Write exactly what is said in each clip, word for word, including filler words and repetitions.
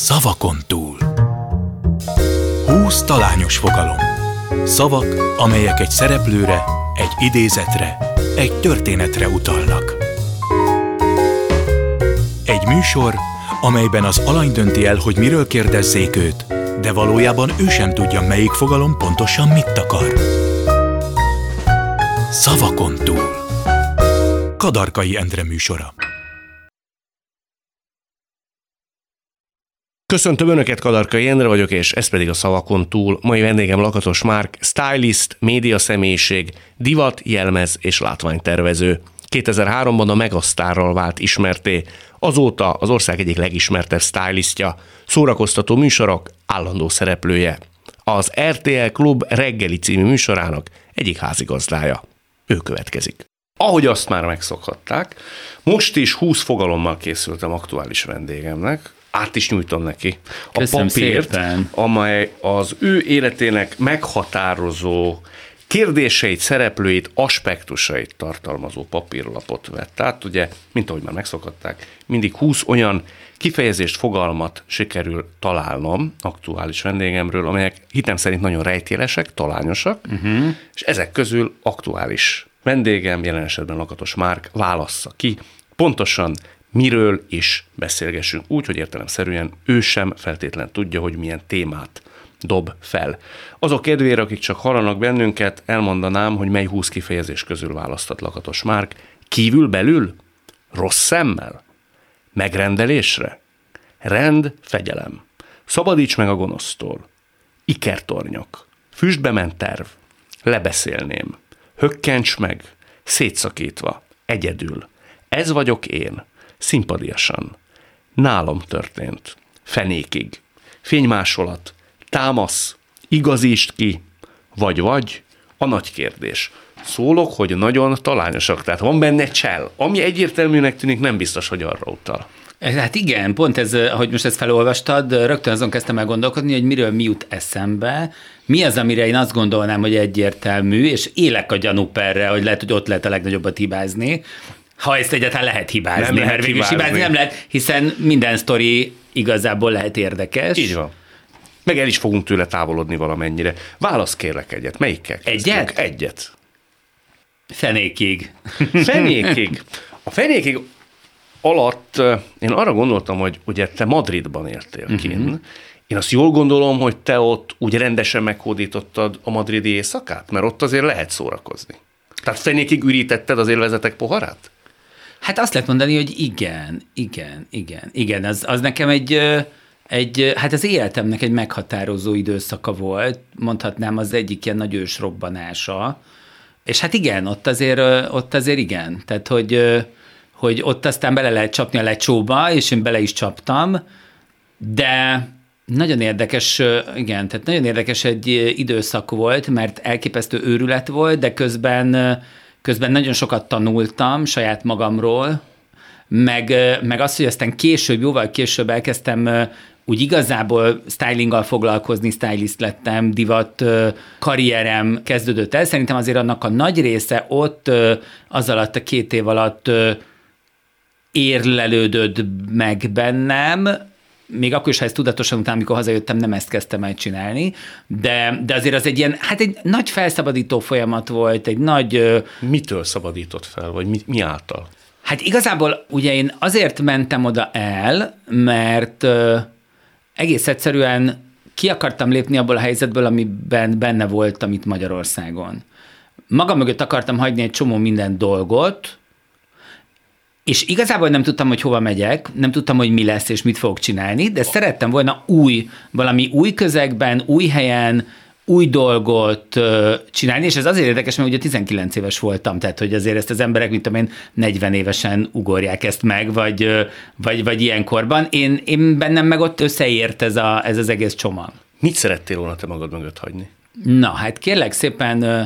Szavakon túl. Húsz talányos fogalom. Szavak, amelyek egy szereplőre, egy idézetre, egy történetre utalnak. Egy műsor, amelyben az alany dönti el, hogy miről kérdezzék őt, de valójában ő sem tudja, melyik fogalom pontosan mit akar. Szavakon túl. Kadarkai Endre műsora. Köszöntöm Önöket, Kadarkai Endre vagyok, és ez pedig a Szavakon túl. Mai vendégem Lakatos Márk, stylist, médiaszemélyiség, divat, jelmez és látványtervező. kétezer-háromban a Megasztárral vált ismertté, azóta az ország egyik legismertebb stylistja, szórakoztató műsorok állandó szereplője. Az er té el Klub reggeli című műsorának egyik házigazdája. Ő következik. Ahogy azt már megszokhatták, most is húsz fogalommal készültem aktuális vendégemnek, át is nyújtom neki a Köszönöm papírt, szépen. amely az ő életének meghatározó kérdéseit, szereplőit, aspektusait tartalmazó papírlapot vett át. Ugye, mint ahogy már megszokhatták, mindig húsz olyan kifejezést, fogalmat sikerül találnom aktuális vendégemről, amelyek hitem szerint nagyon rejtélesek, talányosak, uh-huh. és ezek közül aktuális vendégem, jelen esetben Lakatos Márk válassza ki, pontosan miről is beszélgessünk, úgy, hogy értelemszerűen ő sem feltétlen tudja, hogy milyen témát dob fel. Azok kedvére, akik csak hallanak bennünket, elmondanám, hogy mely húsz kifejezés közül választott Lakatos Márk. Kívül, belül? Rossz szemmel? Megrendelésre? Rend, fegyelem. Szabadíts meg a gonosztól. Ikertornyok. Füstbe ment terv. Lebeszélném. Hökkents meg. Szétszakítva. Egyedül. Ez vagyok én. Szimpadiasan. Nálam történt. Fenékig. Fénymásolat. Támasz. Igazítsd ki. Vagy-vagy. A nagy kérdés. Szólok, hogy nagyon talányosak. Tehát van benne csel. Ami egyértelműnek tűnik, nem biztos, hogy arra utal. Hát igen, pont ez, ahogy most ezt felolvastad, rögtön azon kezdtem el gondolkodni, hogy miről mi jut eszembe, mi az, amire én azt gondolnám, hogy egyértelmű, és élek a gyanúperre, hogy lehet, hogy ott lehet a legnagyobbat hibázni, ha ezt egyáltalán lehet hibázni, nem lehet mert végül is hibázni. hibázni nem lehet, hiszen minden sztori igazából lehet érdekes. Így van. Meg el is fogunk tőle távolodni valamennyire. Válasz kérlek egyet. Melyikkel kezdjük? Egyet? Egyet. Fenékig. Fenékig. A fenékig alatt én arra gondoltam, hogy ugye te Madridban éltél uh-huh. kint. Én azt jól gondolom, hogy te ott úgy rendesen meghódítottad a madridi éjszakát? Mert ott azért lehet szórakozni. Tehát fenékig ürítetted az élvezetek poharát? Hát azt lehet mondani, hogy igen, igen, igen, igen. Az, az nekem egy, egy, hát az életemnek egy meghatározó időszaka volt, mondhatnám az egyik ilyen nagy ősrobbanása. És hát igen, ott azért, ott azért igen. Tehát, hogy, hogy ott aztán bele lehet csapni a lecsóba, és én bele is csaptam, de nagyon érdekes, igen, tehát nagyon érdekes egy időszak volt, mert elképesztő őrület volt, de közben, közben nagyon sokat tanultam saját magamról, meg, meg azt, hogy aztán később, jóval később elkezdtem úgy igazából stylinggal foglalkozni, stylist lettem, divat karrierem kezdődött el. Szerintem azért annak a nagy része ott az alatt a két év alatt érlelődött meg bennem, még akkor is, ha ezt tudatosan utána, amikor hazajöttem, nem ezt kezdtem el csinálni, de, de azért az egy ilyen, hát egy nagy felszabadító folyamat volt, egy nagy... Mitől szabadított fel, vagy mi, mi által? Hát igazából ugye én azért mentem oda el, mert egész egyszerűen ki akartam lépni abból a helyzetből, amiben benne voltam itt Magyarországon. Magam mögött akartam hagyni egy csomó minden dolgot, és igazából nem tudtam, hogy hova megyek, nem tudtam, hogy mi lesz és mit fogok csinálni, de szerettem volna új, valami új közegben, új helyen, új dolgot csinálni, és ez azért érdekes, mert ugye tizenkilenc éves voltam, tehát hogy azért ezt az emberek, mint tudom én, negyven évesen ugorják ezt meg, vagy, vagy, vagy ilyenkorban. Én, én bennem meg ott összeért ez, a, ez az egész csomag. Mit szerettél volna te magad mögött hagyni? Na, hát kérlek szépen,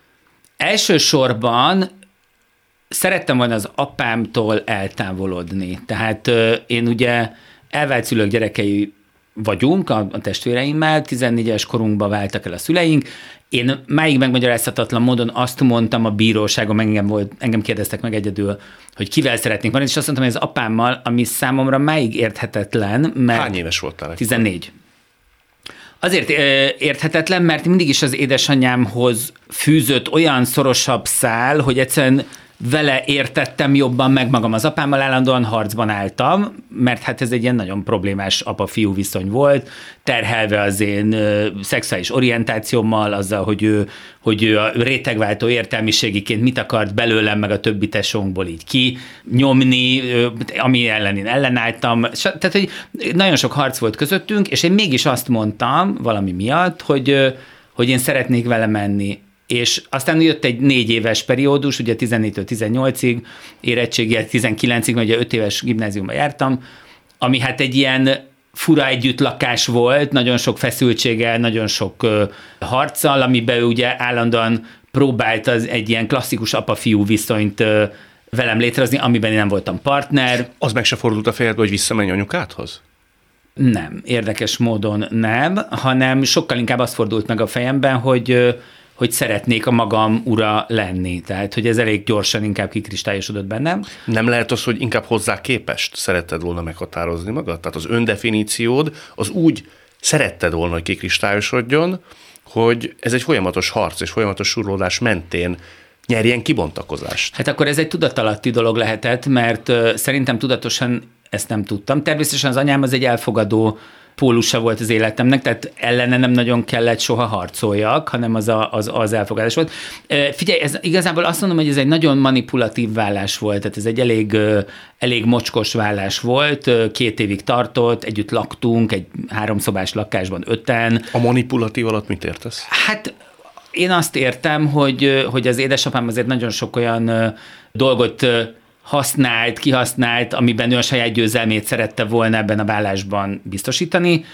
elsősorban szerettem volna az apámtól eltávolodni. Tehát én ugye elvált szülők gyerekei vagyunk a, a testvéreimmel, tizennégyes korunkban váltak el a szüleink. Én máig megmagyarázhatatlan módon azt mondtam a bíróságon, engem, volt, engem kérdeztek meg egyedül, hogy kivel szeretnék maradni, és azt mondtam, hogy az apámmal, ami számomra máig érthetetlen, mert... Hány éves voltál? tizennégy. Azért érthetetlen, mert mindig is az édesanyámhoz fűzött olyan szorosabb szál, hogy egyszerűen vele értettem jobban meg magam. Az apámmal állandóan harcban álltam, mert hát ez egy ilyen nagyon problémás apa-fiú viszony volt, terhelve az én ö, szexuális orientációmmal, azzal, hogy ő, hogy ő a rétegváltó értelmiségiként mit akart belőlem, meg a többi tesónkból így ki nyomni, ö, ami ellen én ellenálltam. Tehát, hogy nagyon sok harc volt közöttünk, és én mégis azt mondtam valami miatt, hogy, ö, hogy én szeretnék vele menni. És aztán jött egy négy éves periódus, ugye tizennégytől tizennyolcig, érettségi tizenkilencig, mert ugye öt éves gimnáziumba jártam, ami hát egy ilyen fura együttlakás volt, nagyon sok feszültséggel, nagyon sok uh, harccal, amiben ő ugye állandóan próbált az egy ilyen klasszikus apa-fiú viszonyt uh, velem létrehozni, amiben én nem voltam partner. Az meg se fordult a fejedbe, hogy visszamenj anyukádhoz? Nem, érdekes módon nem, hanem sokkal inkább az fordult meg a fejemben, hogy uh, hogy szeretnék a magam ura lenni. Tehát, hogy ez elég gyorsan inkább kikristályosodott bennem. Nem lehet az, hogy inkább hozzá képest szeretted volna meghatározni magad? Tehát az öndefiníciód az úgy szeretted volna, hogy kikristályosodjon, hogy ez egy folyamatos harc és folyamatos surlódás mentén nyerjen kibontakozást. Hát akkor ez egy tudatalatti dolog lehetett, mert uh, szerintem tudatosan ezt nem tudtam. Természetesen az anyám az egy elfogadó pólusa volt az életemnek, tehát ellene nem nagyon kellett soha harcoljak, hanem az a, az, az elfogadás volt. Figyelj, ez igazából azt mondom, hogy ez egy nagyon manipulatív vállás volt, tehát ez egy elég, elég mocskos vállás volt, két évig tartott, együtt laktunk, egy háromszobás lakásban öten. A manipulatív alatt mit értesz? Hát én azt értem, hogy, hogy az édesapám azért nagyon sok olyan dolgot használt, kihasznált, amiben ő a saját győzelmét szerette volna ebben a vállásban biztosítani.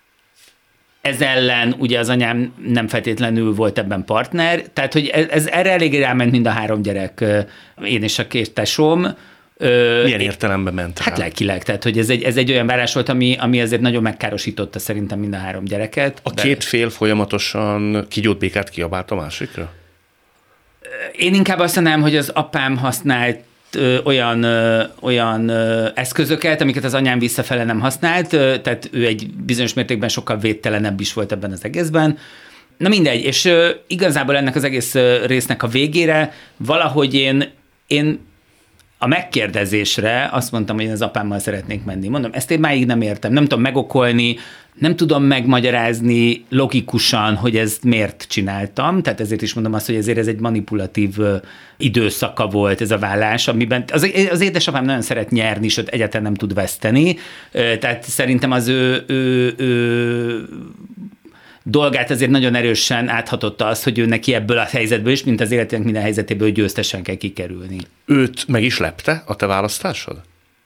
Ez ellen ugye az anyám nem feltétlenül volt ebben partner, tehát hogy ez, ez erre eléggé ráment mind a három gyerek, én és a két tesóm. Milyen értelemben ment rá? Hát lelkileg, tehát hogy ez egy, ez egy olyan vállás volt, ami, ami azért nagyon megkárosította szerintem mind a három gyereket. A két fél folyamatosan kigyót békát kiabált a másikra? Én inkább azt mondanám, hogy az apám használt Ö, olyan, ö, olyan ö, eszközöket, amiket az anyám visszafele nem használt, ö, tehát ő egy bizonyos mértékben sokkal védtelenebb is volt ebben az egészben. Na mindegy, és ö, igazából ennek az egész ö, résznek a végére valahogy én, én a megkérdezésre azt mondtam, hogy én az apámmal szeretnék menni. Mondom, ezt én máig nem értem, nem tudom megokolni, nem tudom megmagyarázni logikusan, hogy ezt miért csináltam, tehát ezért is mondom azt, hogy ezért ez egy manipulatív időszaka volt ez a vállás, amiben az, az édesapám nagyon szeret nyerni, és ott egyáltalán nem tud veszteni, tehát szerintem az ő, ő, ő dolgát azért nagyon erősen áthatotta az, hogy ő neki ebből a helyzetből is, mint az életének minden helyzetéből győztesen kell kikerülni. Őt meg is lepte a te választásod?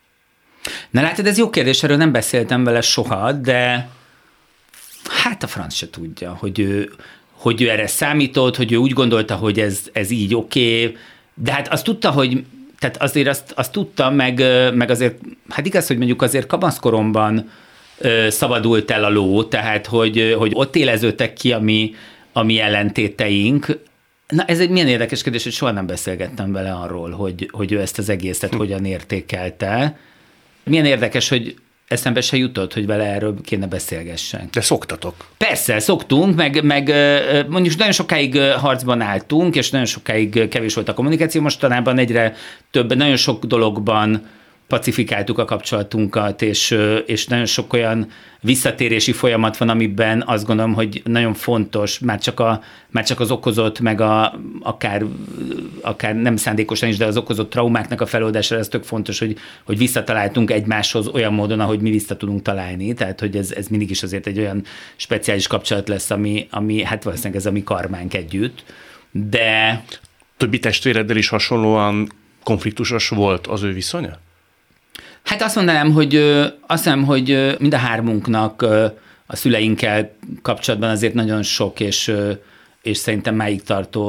Na látod, ez jó kérdés, erről nem beszéltem vele soha, de hát a franc se tudja, hogy ő, hogy ő erre számított, hogy ő úgy gondolta, hogy ez, ez így oké, okay, de hát azt tudta, hogy tehát azért azt, azt tudta, meg, meg azért, hát igaz, hogy mondjuk azért kamaszkoromban ö, szabadult el a ló, tehát hogy, hogy ott éleződtek ki a mi, a mi ellentéteink. Na ez egy milyen érdekes kérdés, hogy soha nem beszélgettem vele arról, hogy, hogy ő ezt az egészet hogyan értékelte. Milyen érdekes, hogy eszembe se jutott, hogy vele erről kéne beszélgessen. De szoktatok. Persze, szoktunk, meg, meg mondjuk nagyon sokáig harcban álltunk, és nagyon sokáig kevés volt a kommunikáció, mostanában egyre több, nagyon sok dologban pacifikáltuk a kapcsolatunkat, és, és nagyon sok olyan visszatérési folyamat van, amiben azt gondolom, hogy nagyon fontos, már csak, a, már csak az okozott, meg a, akár, akár nem szándékosan is, de az okozott traumáknak a feloldására, ez tök fontos, hogy, hogy visszataláltunk egymáshoz olyan módon, ahogy mi vissza tudunk találni, tehát hogy ez, ez mindig is azért egy olyan speciális kapcsolat lesz, ami, ami hát valószínűleg ez a mi karmánk együtt, de... Többi testvéreddel is hasonlóan konfliktusos volt az ő viszonya? Hát azt mondanám, hogy azt hiszem, hogy mind a hármunknak a szüleinkkel kapcsolatban azért nagyon sok, és, és szerintem máig tartó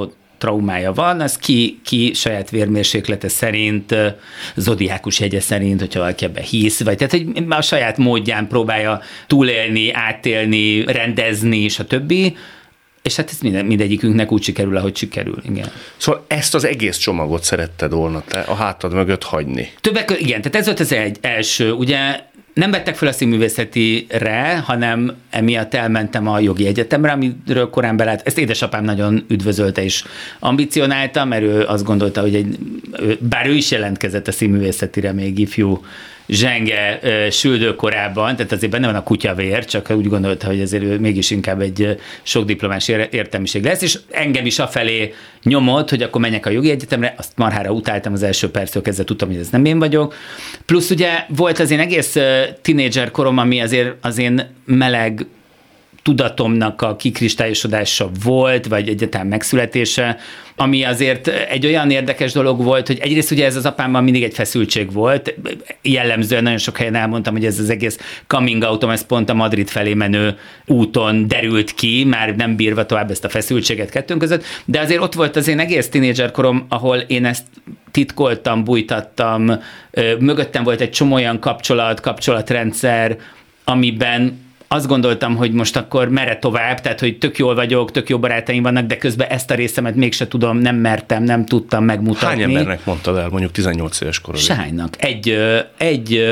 traumája van, az ki, ki saját vérmérséklete szerint, zodiákus jegye szerint, hogyha valaki ebbe hisz, vagy tehát, hogy a saját módján próbálja túlélni, átélni, rendezni, stb. És hát ez minden, mindegyikünknek úgy sikerül, ahogy sikerül, igen. Szóval ezt az egész csomagot szeretted volna te a hátad mögött hagyni? Többek, igen, tehát ez volt az egy, első, ugye nem vettek fel a színművészetire, hanem emiatt elmentem a jogi egyetemre, amiről korán belát. Ezt édesapám nagyon üdvözölte és ambicionálta, mert ő azt gondolta, hogy egy, bár ő is jelentkezett a színművészetire még ifjú zsenge süldőkorában, tehát azért benne van a kutyavér, csak úgy gondolta, hogy ezért ő mégis inkább egy sok diplomás értelmiség lesz, és engem is afelé nyomott, hogy akkor menjek a jogi egyetemre, azt marhára utáltam az első perctől kezdve, tudtam, hogy ez nem én vagyok. Plusz ugye volt az én egész tínédzser korom, ami azért az én meleg tudatomnak a kikristályosodása volt, vagy egyáltalán megszületése, ami azért egy olyan érdekes dolog volt, hogy egyrészt ugye ez az apámmal mindig egy feszültség volt, jellemzően nagyon sok helyen elmondtam, hogy ez az egész coming outom, ez pont a Madrid felé menő úton derült ki, már nem bírva tovább ezt a feszültséget kettőnk között, de azért ott volt az én egész tínédzserkorom, ahol én ezt titkoltam, bújtattam, mögöttem volt egy csomó olyan kapcsolat, kapcsolatrendszer, amiben azt gondoltam, hogy most akkor merre tovább, tehát hogy tök jól vagyok, tök jó barátaim vannak, de közben ezt a részemet mégse tudom, nem mertem, nem tudtam megmutatni. Hány embernek mondtad el, mondjuk tizennyolc éves korodig? Sánynak. Egy, egy,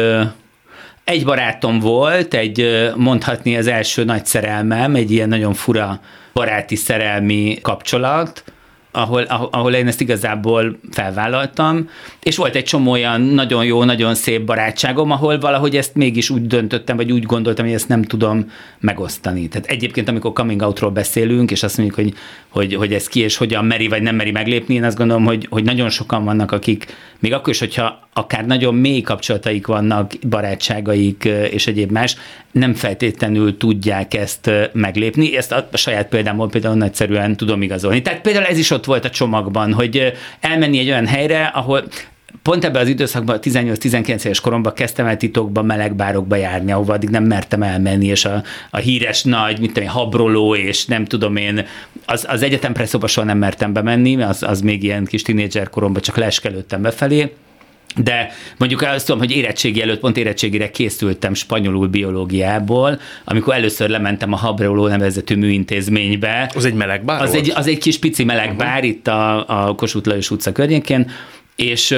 egy barátom volt, egy mondhatni az első nagy szerelmem, egy ilyen nagyon fura baráti szerelmi kapcsolat, ahol, ahol én ezt igazából felvállaltam, és volt egy csomó olyan nagyon jó, nagyon szép barátságom, ahol valahogy ezt mégis úgy döntöttem, vagy úgy gondoltam, hogy ezt nem tudom megosztani. Tehát egyébként, amikor coming outról beszélünk, és azt mondjuk, hogy, hogy, hogy ez ki és hogyan meri, vagy nem meri meglépni, én azt gondolom, hogy, hogy nagyon sokan vannak, akik még akkor is, hogyha akár nagyon mély kapcsolataik vannak, barátságaik és egyéb más, nem feltétlenül tudják ezt meglépni. Ezt a saját példámból például nagyszerűen tudom igazolni. Tehát például ez is ott volt a csomagban, hogy elmenni egy olyan helyre, ahol pont ebben az időszakban, tizennyolc-tizenkilenc éves koromban kezdtem el titokban melegbárokba járni, ahova addig nem mertem elmenni, és a, a híres nagy, mint tudom én, habroló, és nem tudom én, az, az egyetempresszóba soha nem mertem bemenni, az, az még ilyen kis tínédzser koromban csak leeskelődtem befelé. De mondjuk azt tudom, hogy érettségi előtt, pont érettségire készültem spanyolul biológiából, amikor először lementem a Habroló nevezetű műintézménybe. Az egy melegbár az volt? Egy, az egy kis pici melegbár uh-huh. itt a, a Kossuth Lajos utca környékén, és,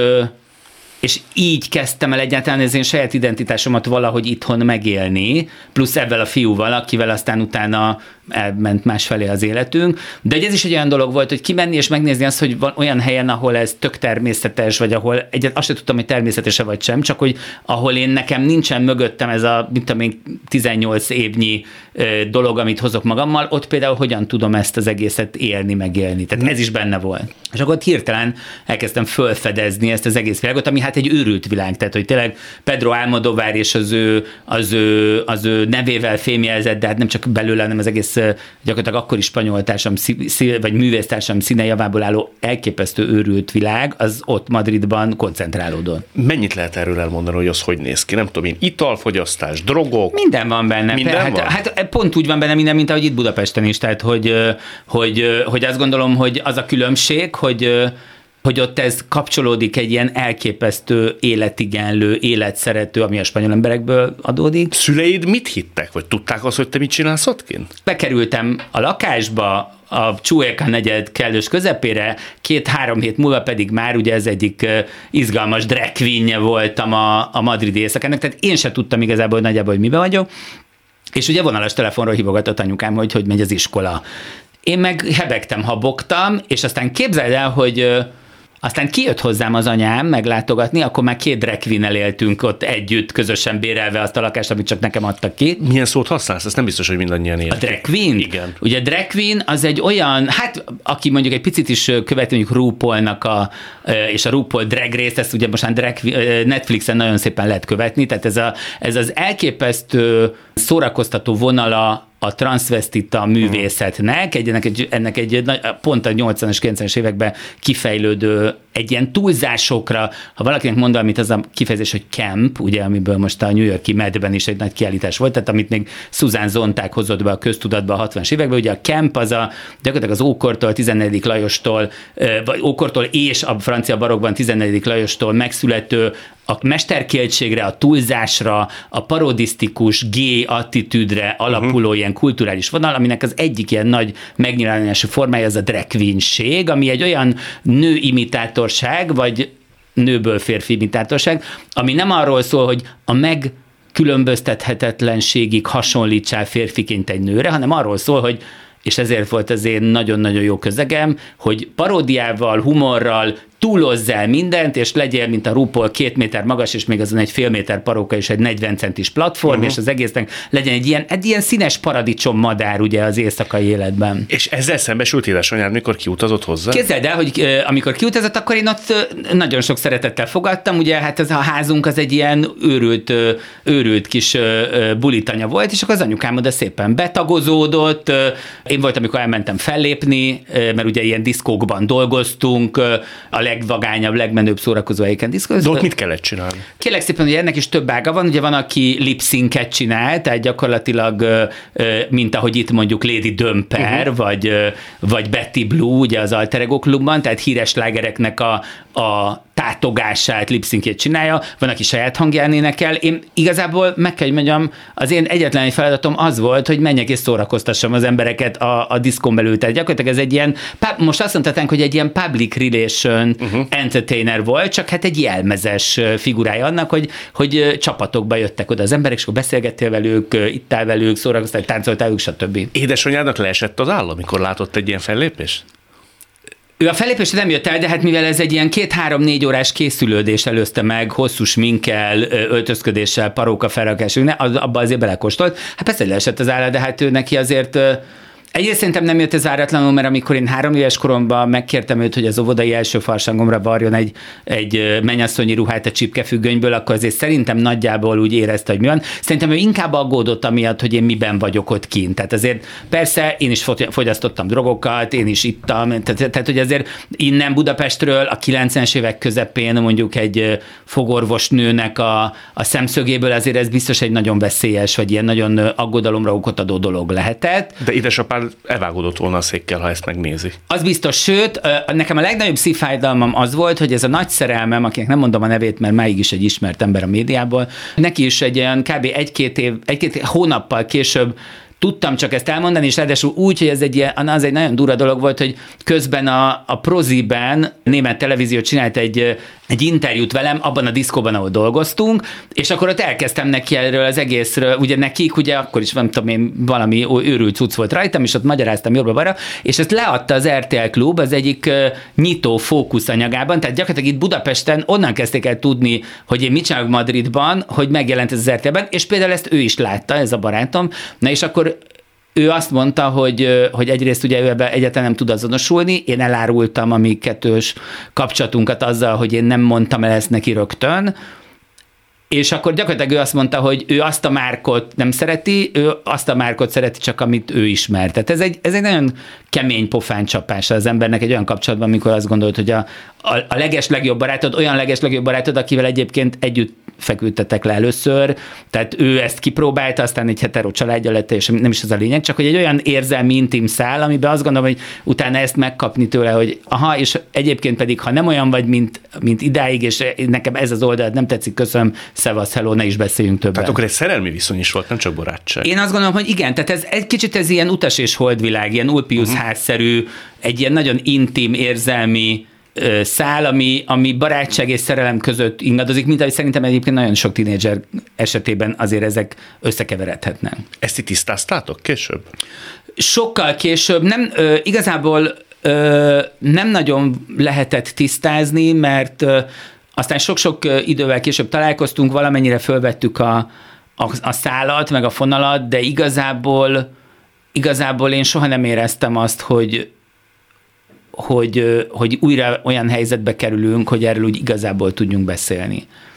és így kezdtem el egyáltalán az én saját identitásomat valahogy itthon megélni, plusz ebben a fiúval, akivel aztán utána elment másfelé az életünk. De ez is egy olyan dolog volt, hogy kimenni és megnézni azt, hogy van olyan helyen, ahol ez tök természetes, vagy ahol egyet, azt sem tudtam, hogy természetese vagy sem, csak hogy ahol én nekem nincsen mögöttem ez a, mint tudom én, tizennyolc évnyi dolog, amit hozok magammal, ott például hogyan tudom ezt az egészet élni, megélni. Tehát ez is benne volt. És akkor ott hirtelen elkezdtem fölfedezni ezt az egész világot, ami hát egy őrült világ. Tehát, hogy tényleg Pedro Almodóvar és az ő, az ő, az ő nevével fémjelzett, de hát nem csak belőle, hanem az egész gyakorlatilag akkori spanyol társam, vagy művésztársam színe javából álló elképesztő őrült világ, az ott Madridban koncentrálódott. Mennyit lehet erről elmondani, hogy az hogy néz ki? Nem tudom én, italfogyasztás, drogok? Minden van benne. Minden hát, van? Hát pont úgy van benne minden, mint ahogy itt Budapesten is. Tehát, hogy, hogy, hogy azt gondolom, hogy az a különbség, hogy hogy ott ez kapcsolódik egy ilyen elképesztő, életigenlő, életszerető, ami a spanyol emberekből adódik. Szüleid mit hittek? Vagy tudták azt, hogy te mit csinálsz ott kint? Bekerültem a lakásba, a Chueca negyed kellős közepére, két-három hét múlva pedig már ugye ez egyik izgalmas drag queen-je voltam a, a madridi éjszakának, tehát én sem tudtam igazából nagyjából, hogy miben vagyok, és ugye vonalas telefonról hívogatott anyukám, hogy hogy megy az iskola. Én meg hebegtem, habogtam, és aztán képzeld el, hogy aztán kijött hozzám az anyám meglátogatni, akkor már két drag queen-nel éltünk ott együtt, közösen bérelve azt a lakást, amit csak nekem adtak ki. Milyen szót használsz? Ezt nem biztos, hogy mindannyian értik. A drag queen? Igen. Ugye a drag queen az egy olyan, hát aki mondjuk egy picit is követi mondjuk RuPaulnak a, és a RuPaul Drag Race, ezt ugye most már drag, Netflixen nagyon szépen lehet követni, tehát ez, a, ez az elképesztő szórakoztató vonala a transzvestita művészetnek, egy, ennek, egy, ennek egy pont a nyolcvanas, kilencvenes években kifejlődő egy ilyen túlzásokra, ha valakinek mond valamit, az a kifejezés, hogy camp, ugye, amiből most a New York-i Medben is egy nagy kiállítás volt, tehát amit még Susan Sontag hozott be a köztudatba a hatvanas években, ugye a camp az a, gyakorlatilag az ókortól, tizennegyedik Lajostól, vagy ókortól és a francia barokban tizennegyedik Lajostól megszülető a mesterkéltségre, a túlzásra, a parodisztikus gay attitűdre alapuló uh-huh. ilyen kulturális vonal, aminek az egyik ilyen nagy megnyilvánulási formája az a drag queenség, ami egy olyan nőimitátorság, vagy nőből férfi imitátorság, ami nem arról szól, hogy a megkülönböztethetetlenségig hasonlítsál férfiként egy nőre, hanem arról szól, hogy és ezért volt az én nagyon-nagyon jó közegem, hogy paródiával, humorral túlozzál mindent, és legyél, mint a RuPaul, két méter magas, és még azon egy fél méter paróka és egy negyven centis platform, uh-huh. és az egésznek legyen egy ilyen, egy ilyen színes paradicsom madár ugye az éjszakai életben. És ezzel szembesült édesanyád, mikor kiutazott hozzá? Képzeld el, hogy uh, amikor kiutazott, akkor én ott uh, nagyon sok szeretettel fogadtam, ugye hát ez a házunk az egy ilyen őrült, uh, őrült kis uh, bulitanya volt, és akkor az anyukám oda szépen betagozódott. Uh, én voltam, amikor elmentem fellépni, uh, mert ugye ilyen diszkókban dolgoztunk, uh, a legvagányabb, legmenőbb szórakozó helyeken diszkózott. De ott mit kellett csinálni? Kérlek szépen, hogy ennek is több ága van. Ugye van, aki lip-syncet csinál, tehát gyakorlatilag, mint ahogy itt mondjuk Lady Dömper, uh-huh. vagy, vagy Betty Blue, ugye az Alter Ego klubban, tehát híres slágereknek a, a tátogását, lip-syncjét csinálja, van, aki saját hangján énekel. Én igazából meg kell, hogy mondjam, az én egyetlen feladatom az volt, hogy menjek és szórakoztassam az embereket a, a diszkón belül. Tehát gyakorlatilag ez egy ilyen, most azt mondhatnánk, hogy egy ilyen public relation uh-huh. entertainer volt, csak hát egy jelmezes figurája annak, hogy, hogy csapatokba jöttek oda az emberek, és akkor beszélgettél velük, ittál velük, szórakoztál, táncoltál velük, stb. Édesanyádnak leesett az áll, amikor látott egy ilyen fellépést? Ő a fellépésre nem jött el, de hát mivel ez egy ilyen két-három-négy órás készülődés előzte meg, hosszú sminkel, öltözködéssel, paróka felrakásunk, abba azért belekóstolt. Hát persze leesett az áll, de hát ő neki azért... Egyrészt szerintem nem jött ez váratlanul, mert amikor én három éves koromban megkértem őt, hogy az óvodai első farsangomra varjon egy, egy mennyasszonyi ruhát a csipkefüggönyből, akkor azért szerintem nagyjából úgy érezte, hogy mi van. Szerintem ő inkább aggódott amiatt, hogy én miben vagyok ott kint. Tehát azért persze én is fogyasztottam drogokat, én is ittam, tehát, tehát hogy azért innen Budapestről a kilencvenes évek közepén mondjuk egy fogorvosnőnek a, a szemszögéből azért ez biztos egy nagyon veszélyes, vagy ilyen nagyon aggodalomra okot adó dolog lehetett. De édesapád elvágódott volna a székkel, ha ezt megnézi. Az biztos, sőt, nekem a legnagyobb szívfájdalmam az volt, hogy ez a nagy szerelmem, akinek nem mondom a nevét, mert máig is egy ismert ember a médiából, neki is egy olyan kb. egy-két év, egy-két hónappal később tudtam csak ezt elmondani, és ráadásul úgy, hogy ez egy ilyen, az egy nagyon durva dolog volt, hogy közben a, a Proziben német televízió csinált egy, egy interjút velem abban a diszkóban, ahol dolgoztunk, és akkor ott elkezdtem neki erről az egészről, ugye nekik, ugye akkor is nem tudom én, valami őrült cucc volt rajtam, és ott magyaráztam jobbra-balra, és ezt leadta az er té el Klub az egyik uh, nyitó fókusz anyagában, tehát gyakorlatilag itt Budapesten onnan kezdték el tudni, hogy én mit csinálok Madridban, hogy megjelent ez az er té el-ben, és például ezt ő is látta, ez a barátom, na és akkor ő azt mondta, hogy, hogy egyrészt ugye ő ebben egyáltalán nem tud azonosulni, én elárultam a mi kettős kapcsolatunkat azzal, hogy én nem mondtam el ezt neki rögtön, és akkor gyakorlatilag ő azt mondta, hogy ő azt a márkot nem szereti, ő azt a márkot szereti csak, amit ő ismer. Tehát ez egy, ez egy nagyon kemény pofán csapása az embernek egy olyan kapcsolatban, amikor azt gondolod, hogy a, a, a leges legjobb barátod, olyan leges legjobb barátod, akivel egyébként együtt feküdtetek le először, tehát ő ezt kipróbálta, aztán egy hetero családja lett, és nem is az a lényeg, csak hogy egy olyan érzelmi intim szál, amiben azt gondolom, hogy utána ezt megkapni tőle, hogy aha, és egyébként pedig, ha nem olyan vagy, mint, mint idáig, és nekem ez az oldal nem tetszik, köszönöm, szevasz, hello, ne is beszéljünk többet. Tehát akkor egy szerelmi viszony is volt, nem csak barátság. Én azt gondolom, hogy igen, tehát ez egy kicsit ez ilyen utas és holdvilág, ilyen Ulpius uh-huh. házszerű, egy ilyen nagyon intim, érzelmi szál, ami, ami barátság és szerelem között ingadozik, mint ahogy szerintem egyébként nagyon sok tínédzser esetében azért ezek összekeveredhetnek. Ezt ti tisztáztátok később? Sokkal később. Nem, ö, igazából ö, nem nagyon lehetett tisztázni, mert ö, aztán sok-sok idővel később találkoztunk, valamennyire fölvettük a, a, a szálat, meg a fonalat, de igazából, igazából én soha nem éreztem azt, hogy Hogy, hogy újra olyan helyzetbe kerülünk, hogy erről úgy igazából tudjunk beszélni.